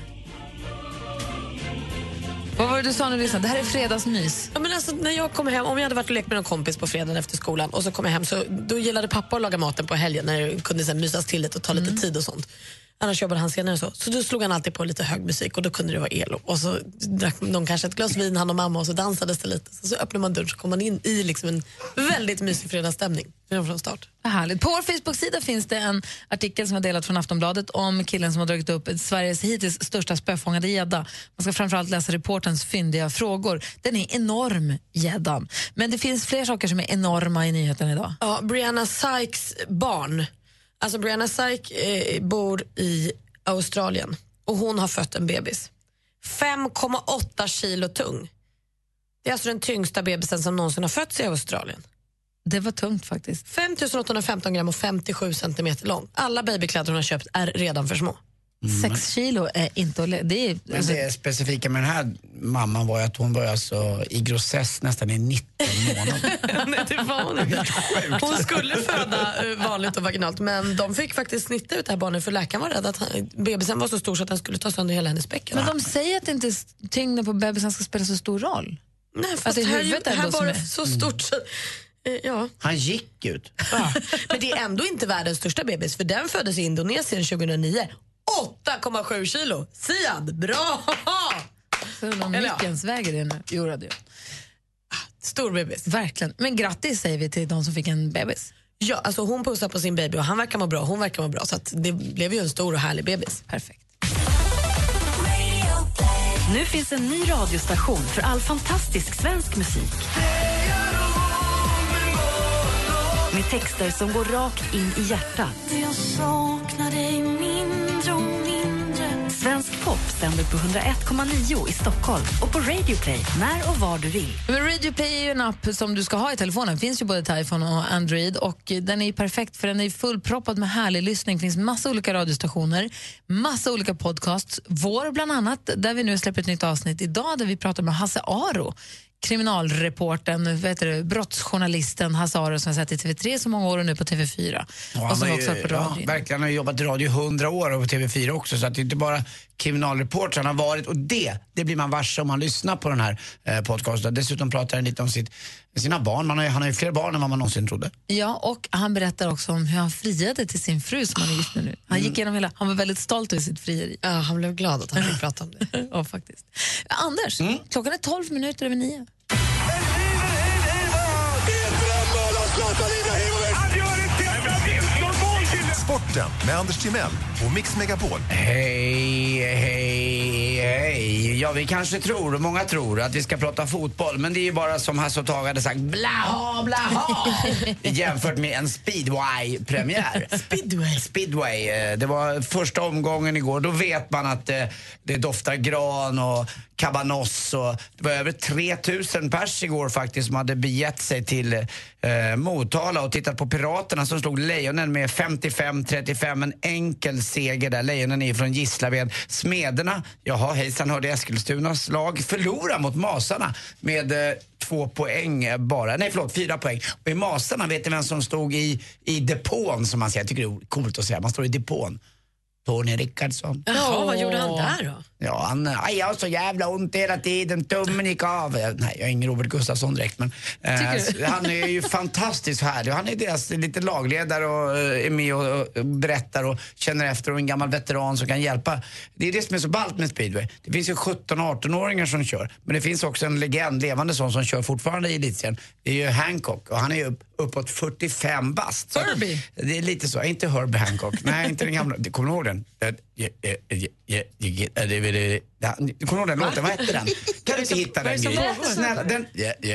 Vad var det du sa nu, Lisa? Det här är fredagsmys. Ja, men alltså, när jag kom hem, om jag hade varit och lekt med någon kompis på fredagen efter skolan och så kom jag hem, så då gillade pappa att laga maten på helgen när det kunde så här, mysas till lite och ta lite tid och sånt. Annars jobbade han senare så då slog han alltid på lite hög musik och då kunde det vara ELO. Och så drack de kanske ett glas vin, han och mamma, och så dansades det lite. Så öppnade man dörren så kom man in i liksom en väldigt mysig fredagsstämning från start. Härligt. På vår Facebook-sida finns det en artikel som jag delat från Aftonbladet om killen som har dragit upp Sveriges hittills största spöfångade gädda. Man ska framförallt läsa reporterns fyndiga frågor. Den är enorm, gäddan. Men det finns fler saker som är enorma i nyheten idag. Ja, Brianna Sykes barn. Alltså Brianna Syke bor i Australien och hon har fött en bebis. 5,8 kilo tung. Det är alltså den tyngsta bebisen som någonsin har fötts i Australien. Det var tungt faktiskt. 5815 gram och 57 centimeter lång. Alla babykläder hon har köpt är redan för små. 6 kilo är inte... Det är, men det specifika med den här mamman var ju att hon var alltså i grossess nästan i 19 månader. Nej, det var hon inte. Hon skulle föda vanligt och vaginalt, men de fick faktiskt snitta ut det här barnet för läkaren var rädd att bebisen var så stor så att den skulle ta sönder hela hennes bäcken. Men de säger att inte tyngden på bebisen ska spela så stor roll. Nej, fast att här var det så stort så... Ja. Han gick ut. Ja. Men det är ändå inte världens största bebis, för den föddes i Indonesien 2009. 8,7 kilo. Siad, bra! Så någon myckens väger det nu. Jo, det. Stor bebis. Verkligen. Men grattis säger vi till de som fick en bebis. Ja, alltså hon pussar på sin baby och han verkar må bra, hon verkar må bra. Så att det blev ju en stor och härlig bebis. Perfekt. Nu finns en ny radiostation för all fantastisk svensk musik. Med texter som går rakt in i hjärtat. Jag saknar dig mindre och mindre. Svensk pop sänder på 101,9 i Stockholm och på Radio Play när och var du vill. Men Radio Play är ju en app som du ska ha i telefonen. Finns ju både till iPhone och Android och den är ju perfekt för den är fullproppad med härlig lyssning. Det finns massa olika radiostationer, massa olika podcasts. Vår bland annat, där vi nu släpper ett nytt avsnitt idag där vi pratar med Hasse Aro. Kriminalreporten, brottsjournalisten Hasse Aro som har sett i TV3 så många år och nu på TV4. Ja, och som också på radio. Ja, verkligen har jobbat i radio 100 år och på TV4 också, så att det är inte bara kriminalreporter han har varit, och det blir man varse om man lyssnar på den här podcasten. Dessutom pratar han lite om sina barn. Han har ju fler barn än vad man någonsin trodde. Ja, och han berättar också om hur han friade till sin fru som han är gift med nu. Han gick igenom han var väldigt stolt över sitt frieri. Ja, han blev glad att han fick prata om det. Ja, faktiskt. Anders, klockan är 12:12. Sporten med Anders Timell och Mix Megapol. Hej. Ja, vi kanske tror, och många tror, att vi ska prata fotboll. Men det är ju bara som Hasse och Tage hade sagt, blaha. Jämfört med en speedway-premiär. Speedway. Det var första omgången igår. Då vet man att det doftar gran och kabanoss. Och det var över 3000 pers igår faktiskt som hade begett sig till Motala och tittat på Piraterna som slog Lejonen med 55-35. En enkel seger där. Lejonen är från Gislaved. Smederna, hejsan, hörde Eskilstunas lag förlora mot Masarna med 2 poäng bara. Nej, förlåt, 4 poäng. Och i Masarna, vet ni vem som stod i depån, som man säger. Jag tycker det är coolt att säga. Man står i depån. Tony Rickardsson. Jaha, vad gjorde han där då? Ja, jag har så jävla ont hela tiden, tummen gick av. Nej, jag är ingen Robert Gustafsson direkt, men han är ju fantastiskt härlig. Han är deras lite lagledare och är med och berättar och känner efter, och en gammal veteran som kan hjälpa. Det är det som är så ballt med speedway. Det finns ju 17-18-åringar som kör, men det finns också en legend, levande sån, som kör fortfarande i elitserien. Det är ju Hancock, och han är ju uppåt 45 bast. Herbie. Det är lite så, inte Herbie Hancock. Nej, inte den gamla. Kommer du ihåg den? Du kommer ihåg den låten, vad hette den? Kan du inte hitta den? Snälla, den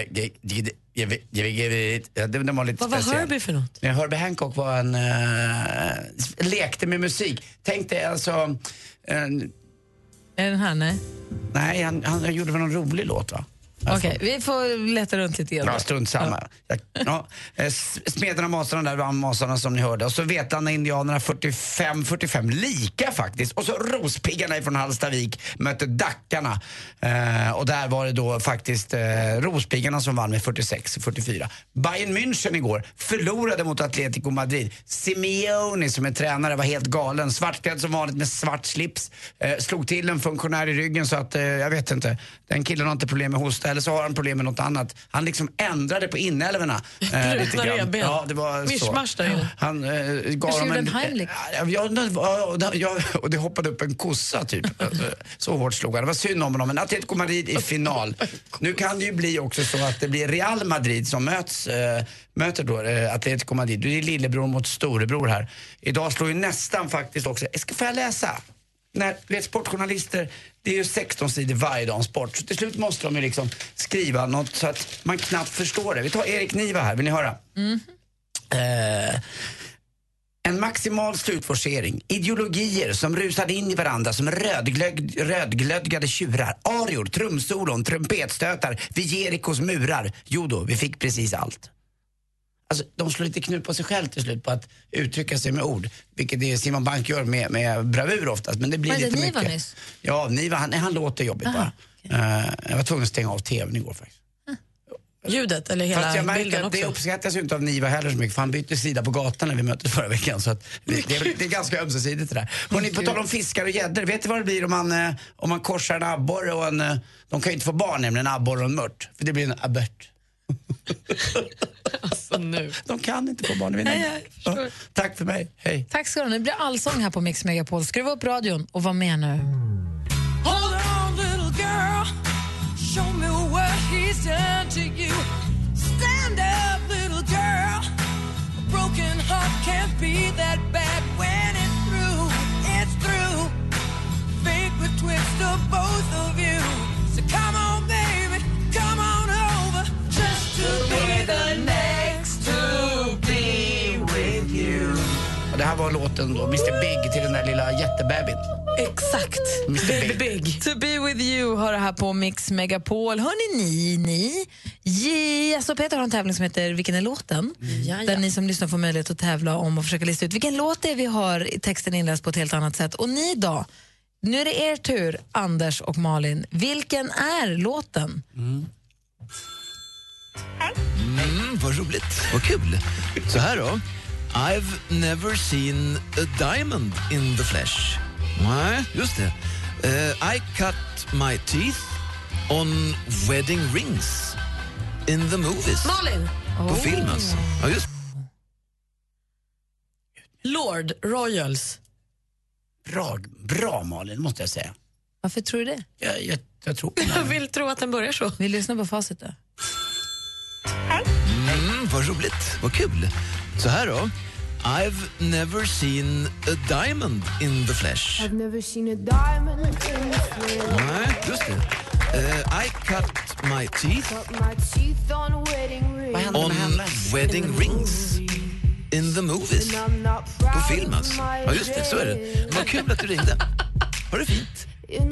var lite vad var speciell. Herbie för något? Herbie Hancock var en lekte med musik. Tänk dig alltså är den här, nej? Nej, han gjorde väl någon rolig låt, va? Okej, vi får leta runt lite grann. Ja, strunt samma. Smederna och masarna där var masarna som ni hörde. Och så Vetlanda indianerna 45 lika faktiskt. Och så Rospiggarna ifrån Hallstavik mötte Dackarna. Och där var det då faktiskt Rospiggarna som vann med 46-44. Bayern München igår förlorade mot Atletico Madrid. Simeone som är tränare var helt galen. Svartklädd som vanligt med svart slips. Slog till en funktionär i ryggen så att, jag vet inte, den killen har inte problem med hosta eller så har han problem med något annat. Han liksom ändrade på inälvorna lite grann. Ja, det var Mischmasch så. där. Han gav dem en Heimlich. Och det hoppade upp en kossa typ. Så hårt slog han. Det var synd om honom. Men Atletico Madrid i final. Nu kan det ju bli också så att det blir Real Madrid som möter då Atletico Madrid. Det är lillebror mot storebror här. Idag slår ju nästan faktiskt också. Får jag läsa? När sportjournalister, det är ju 16 sidor varje dag om sport. Så till slut måste de ju liksom skriva något så att man knappt förstår det. Vi tar Erik Niva här, vill ni höra? En maximal slutforcering. Ideologier som rusade in i varandra som rödglödgade tjurar. Arior, trumsolon, trumpetstötar vid Jerikos murar. Jo då, vi fick precis allt. Alltså, de slår lite knut på sig själv till slut på att uttrycka sig med ord. Vilket det Simon Bank gör med bravur oftast. Men det blir lite mycket. Nyss? Ja, Niva, han låter jobbigt bara. Jag var tvungen att stänga av tvn igår faktiskt. Ljudet eller hela bilden också? Fast jag märker att det uppskattas ju inte av Niva heller så mycket. För han bytte sida på gatan när vi möttes förra veckan. Så att det är ganska ömsesidigt det där. Och ni, på tal om fiskar och gäddor. Vet du vad det blir om man korsar en abborre och de kan ju inte få barn nämligen, en abborre och en mört. För det blir en abört. Alltså nu. De kan inte få barn. Tack för mig, hej. Tack ska du ha. Nu blir allsång här på Mix Megapol. Skruva upp radion och var med nu. Hold on, little girl. Show me what he's done to you. Stand up, little girl. A broken heart can't be that bad when it's through. It's through. Fate would twist of both of you. So come on, baby, come on over. Just to be the next to be with you. Och det här var låten då, Mr. Big till den där lilla jättebebin. Exakt. Mr. Big. To be with you har det här på Mix Megapol. Hörrni, ni. Alltså Peter har en tävling som heter Vilken är låten? Där ni som lyssnar får möjlighet att tävla om och försöka lista ut vilken låt det är vi har texten inläst på ett helt annat sätt. Och ni då? Nu är det er tur, Anders och Malin. Vilken är låten? Vad roligt, vad kul. Så här då. I've never seen a diamond in the flesh. Nej, just det. I cut my teeth on wedding rings in the movies. Malin! På film alltså. Ja, just. Lord Royals. Bra Malin, måste jag säga. Varför tror du det? Jag tror Jag vill tro att den börjar så. Vi lyssnar på facit då. Vad roligt, vad kul. Så här då. I've never seen a diamond in the flesh. I've never seen a diamond in the flesh. Nej, just det. I cut my teeth on wedding rings in the movies. På film alltså. Ja, just det, så är det. Vad kul att du ringde. Ha det fint.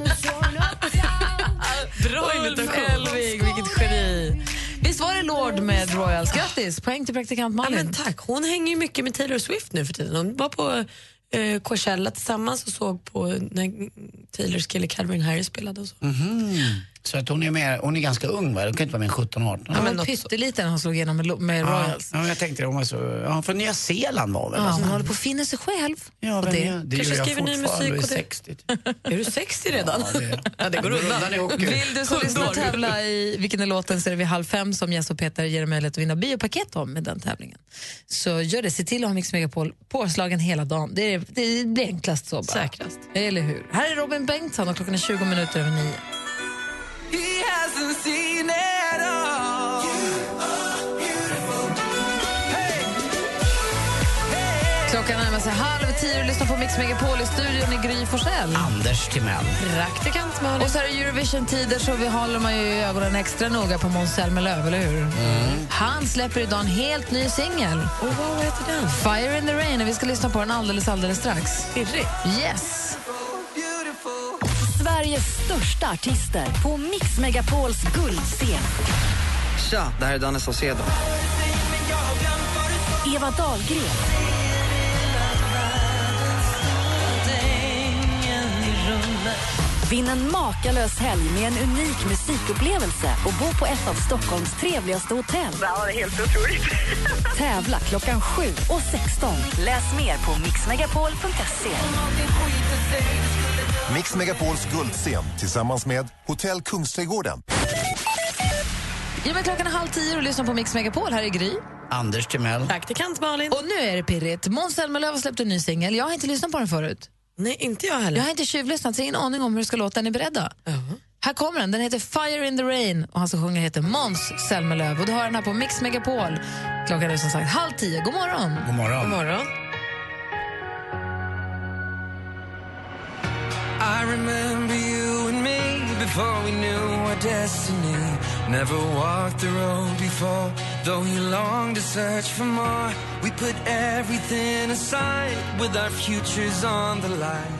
Bra imitation. Elvig, vilket geni. Visst var det Lord med Royals? Grattis, poäng till praktikant Malin. Ja, men tack, hon hänger ju mycket med Taylor Swift nu för tiden. Hon var på Coachella tillsammans och såg på när Taylors kille Calvin Harris spelade och så. Så att hon är ganska ung, va? Hon kan inte vara med 17-18. Ja, men pytteliten han slog igenom med Royals. Ja, jag tänkte hon var så... Ja, från Nya Zeeland var väl? Ja, hon håller på att finna sig själv. Ja, men det kanske skriver ny musik och 60. Är du 60 redan? Ja, det går undan. Vill du som lyssnar tävla i Vilken är låten så är det vid 4:30 som Jess och Peter ger möjlighet att vinna biopaket om med den tävlingen. Så gör det, se till att ha Mix Megapol påslagen hela dagen. Det blir enklast så bara. Säkrast. Eller hur? Här är Robin Bengtsson och klockan är 20 minuter över 9. He hasn't seen it all. Klockan närmar sig 9:30 och lyssnar på Mix Megapol i studion i Gry Forssell. Anders Timell. Praktikant Malin. Och så är det Eurovision-tider så vi håller man ju ögonen extra noga på Måns Zelmerlöw, eller hur? Han släpper idag en helt ny singel. Och vad heter den? Fire in the Rain, och vi ska lyssna på den alldeles strax. Pirrig. Yes. Sverige Sveriges största artister på Mix Megapols guldscen. Tja, det här är Danne Saucedo. Eva Dahlgren. Vinn en makalös helg med en unik musikupplevelse och bo på ett av Stockholms trevligaste hotell. Ja, det är helt otroligt. Tävla klockan 7 och 16. Läs mer på mixmegapol.se. Mix Megapols guldscen tillsammans med Hotell Kungsträdgården. Ja, men klockan är 9:30 och lyssnar på Mix Megapol. Här är Gry. Anders Timell. Praktikant Malin. Och nu är det pirrigt. Måns Zelmerlöw har släppt en ny singel. Jag har inte lyssnat på den förut. Nej, inte jag heller. Jag har inte tjuvlyssnat, så ingen aning om hur det ska låta. Är ni beredda? Här kommer den. Den heter Fire in the Rain och han som sjunger heter Måns Zelmerlöw. Och du har den här på Mix Megapol. Klockan är som sagt 9:30. God morgon. God morgon. God morgon. I remember you and me before we knew our destiny. Never walked the road before, though you longed to search for more. We put everything aside with our futures on the line.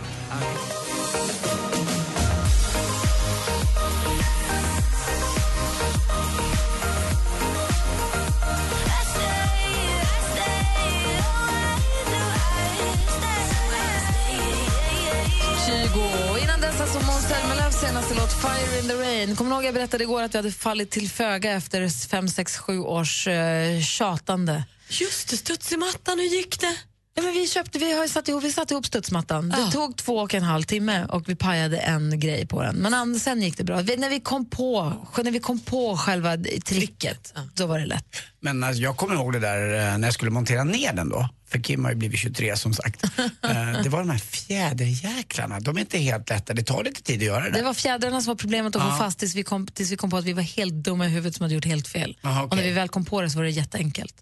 Innan dess alltså Måns Zelmerlöws senaste låt Fire in the Rain. Kommer ihåg jag berättade igår att vi hade fallit till föga efter 5, 6, 7 års tjatande. Just det, studsmattan, hur gick det? Ja, men vi satte ihop studsmattan. Det tog 2,5 timme och vi pajade en grej på den. Men sen gick det bra. När vi kom på själva tricket, då var det lätt. Men alltså, jag kommer ihåg det där när jag skulle montera ner den då. För Kim har ju blivit 23 som sagt. Det var de här fjäderjäklarna. De är inte helt lätta. Det tar lite tid att göra det. Det var fjädrarna som var problemet att få fast tills vi kom på att vi var helt dumma i huvudet som hade gjort helt fel. Aha, okay. Och när vi väl kom på det så var det jätteenkelt.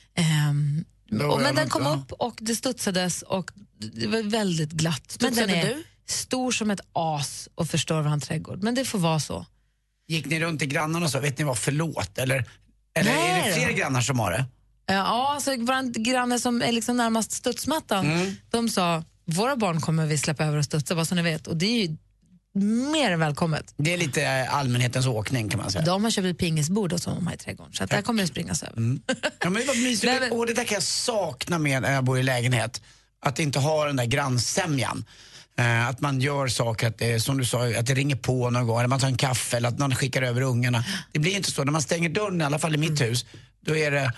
Men den kom upp och det studsades och det var väldigt glatt. Men den är stor som ett as och förstör vår trädgård. Men det får vara så. Gick ni runt i grannarna och så, vet ni vad, förlåt? Eller är det fler grannar som har det? Ja, alltså vår granne som är liksom närmast studsmattan, de sa, våra barn kommer vi släppa över och studsa, bara så ni vet. Och det är ju mer än välkommet. Det är lite allmänhetens åkning kan man säga. De har köpt ett pingisbord och så de har i trädgården, så att där kommer det springas över. Ja, men det var mysigt. Och det där kan jag sakna med när jag bor i lägenhet. Att inte ha den där grannsämjan. Att man gör saker, att det, som du sa, att det ringer på någon gång, eller man tar en kaffe eller att någon skickar över ungarna. Det blir inte så. När man stänger dörren, i alla fall i mitt hus, då är det,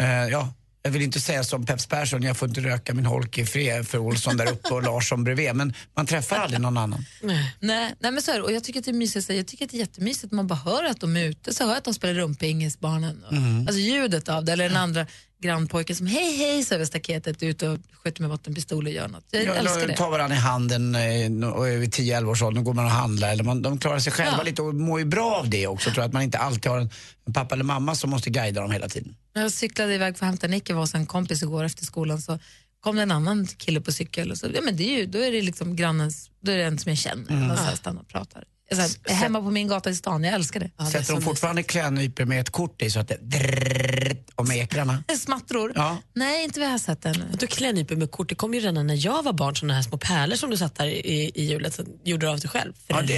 jag vill inte säga som Peps Persson, jag får inte röka min holk i fred för Olsson där uppe och Larsson bredvid, men man träffar aldrig någon annan. Nej, men så är det. Och jag tycker att det är mysigt. Jag tycker att det är jättemysigt. Man bara hör att de är ute, så hör att de spelar rumpingis, barnen. Alltså ljudet av det, eller den andra grannpojken som hej så över staketet ut och skjuter med vattenpistol och gör något. Jag älskar det. Tar varandra i handen och vid 10-11 års ålder går man och handlar, eller de klarar sig själva lite och mår ju bra av det också, tror jag, att man inte alltid har en pappa eller mamma som måste guida dem hela tiden. När jag cyklade iväg för att hämta Nicke, var hos en kompis igår efter skolan, så kom det en annan kille på cykel och så, men det är ju, då är det liksom grannens, då är det en som jag känner och så stannar och pratar. Jag är hemma på min gata i stan, jag älskar det. Sätter de fortfarande klädnyper med ett kort i så att det drrrr och med ekrarna? Smattror? Ja. Nej, inte vi har sett den. Du klädnyper med kort, det kom ju redan när jag var barn, såna här små pärlor som du satt där i hjulet, så gjorde du av dig själv.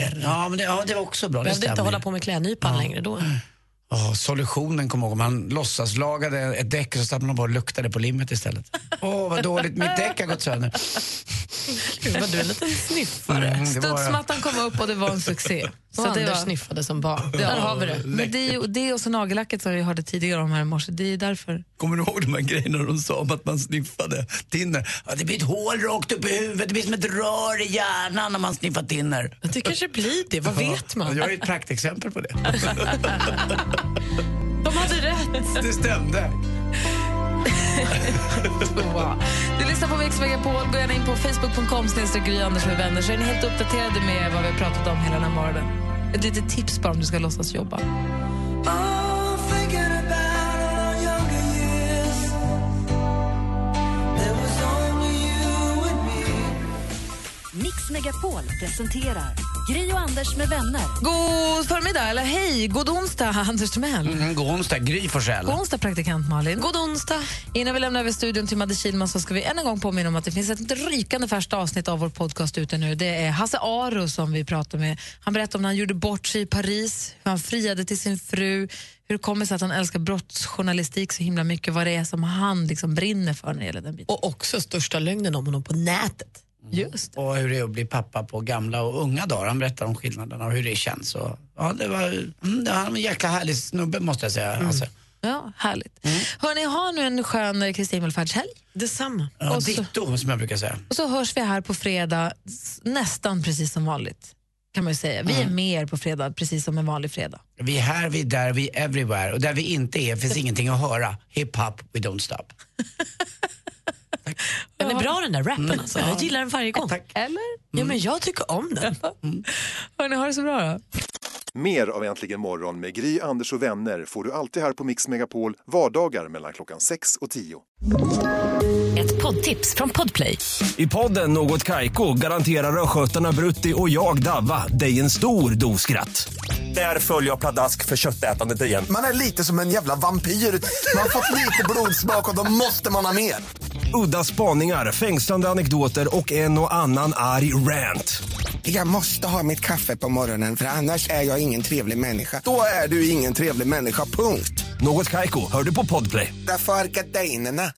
Det var också bra. Du behövde inte hålla på med klädnypan längre då. Solutionen kom ihåg, man låtsaslagade ett däck och så satt man bara och luktade på limmet istället. Vad dåligt, mitt däck har gått sönder. Gud, vad du är en liten sniffare. Studsmattan kom upp och det var en succé. Så Anders sniffade som barn. Där har vi det. Men det är och så nagellacket som vi hörde tidigare om här i morse. Det är därför. Kommer du ihåg de här grejerna de sa om att man sniffade tinner? Det blir ett hål rakt upp i huvudet, det blir som ett rör i hjärnan när man sniffar tinner. Det kanske blir det, vad vet man? Jag är ett praktexempel på det. De hade rätt. Det stämde. Du lyssnar på Mix Megapol. Gå gärna in på facebook.com/Gry Anders med vänner, så är ni helt uppdaterade med vad vi har pratat om hela den här morgonen. Ett litet tips bara om du ska låtsas jobba. Mix Megapol presenterar Gry och Anders med vänner. God förmiddag, eller hej, god onsdag, Anders Timell. God onsdag, Gry Forssell. God onsdag, praktikant Malin. God onsdag. Innan vi lämnar över studion till Madde Kihlman så ska vi än en gång påminna om att det finns ett rykande färskt avsnitt av vår podcast ute nu. Det är Hasse Aro som vi pratar med. Han berättar om när han gjorde bort sig i Paris, hur han friade till sin fru, hur det kommer sig att han älskar brottsjournalistik så himla mycket, vad det är som han liksom brinner för när det gäller den biten. Och också största lögnen om honom på nätet. Just det. Och hur det är att bli pappa på gamla och unga dagar. Han berättar om skillnaderna och hur det känns. Och, ja, det var en jäkla härlig snubbe måste jag säga. Alltså. Ja, härligt. Hörrni, ha nu en skön Kristi himmelfärdshelg. Detsamma. Ja, och så, ditto som jag brukar säga. Och så hörs vi här på fredag nästan precis som vanligt. Kan man ju säga. Vi är med er på fredag precis som en vanlig fredag. Vi är här, vi är där, vi är everywhere. Och där vi inte är finns ingenting att höra. Hip hop, we don't stop. Den är bra den där rappen alltså. Jag gillar den varje gång. Tack. Eller? Ja, men jag tycker om den. Hörni, ha det så bra då. Mer av Äntligen morgon med Gry, Anders och vänner får du alltid här på Mix Megapol vardagar mellan klockan 6 och 10. Ett poddtips från Podplay. I podden Något Kaiko garanterar östgötarna Brutti och jag Davva dig en stor doskratt. Där följer jag pladask för köttätandet igen. Man är lite som en jävla vampyr. Man har fått lite blodsmak och då måste man ha mer. Udda spaningar, fängslande anekdoter och en och annan arg rant. Jag måste ha mitt kaffe på morgonen för annars är jag ingen trevlig människa. Då är du ingen trevlig människa, punkt. Något Kaiko, hör du på Podplay. Därför är gardinerna.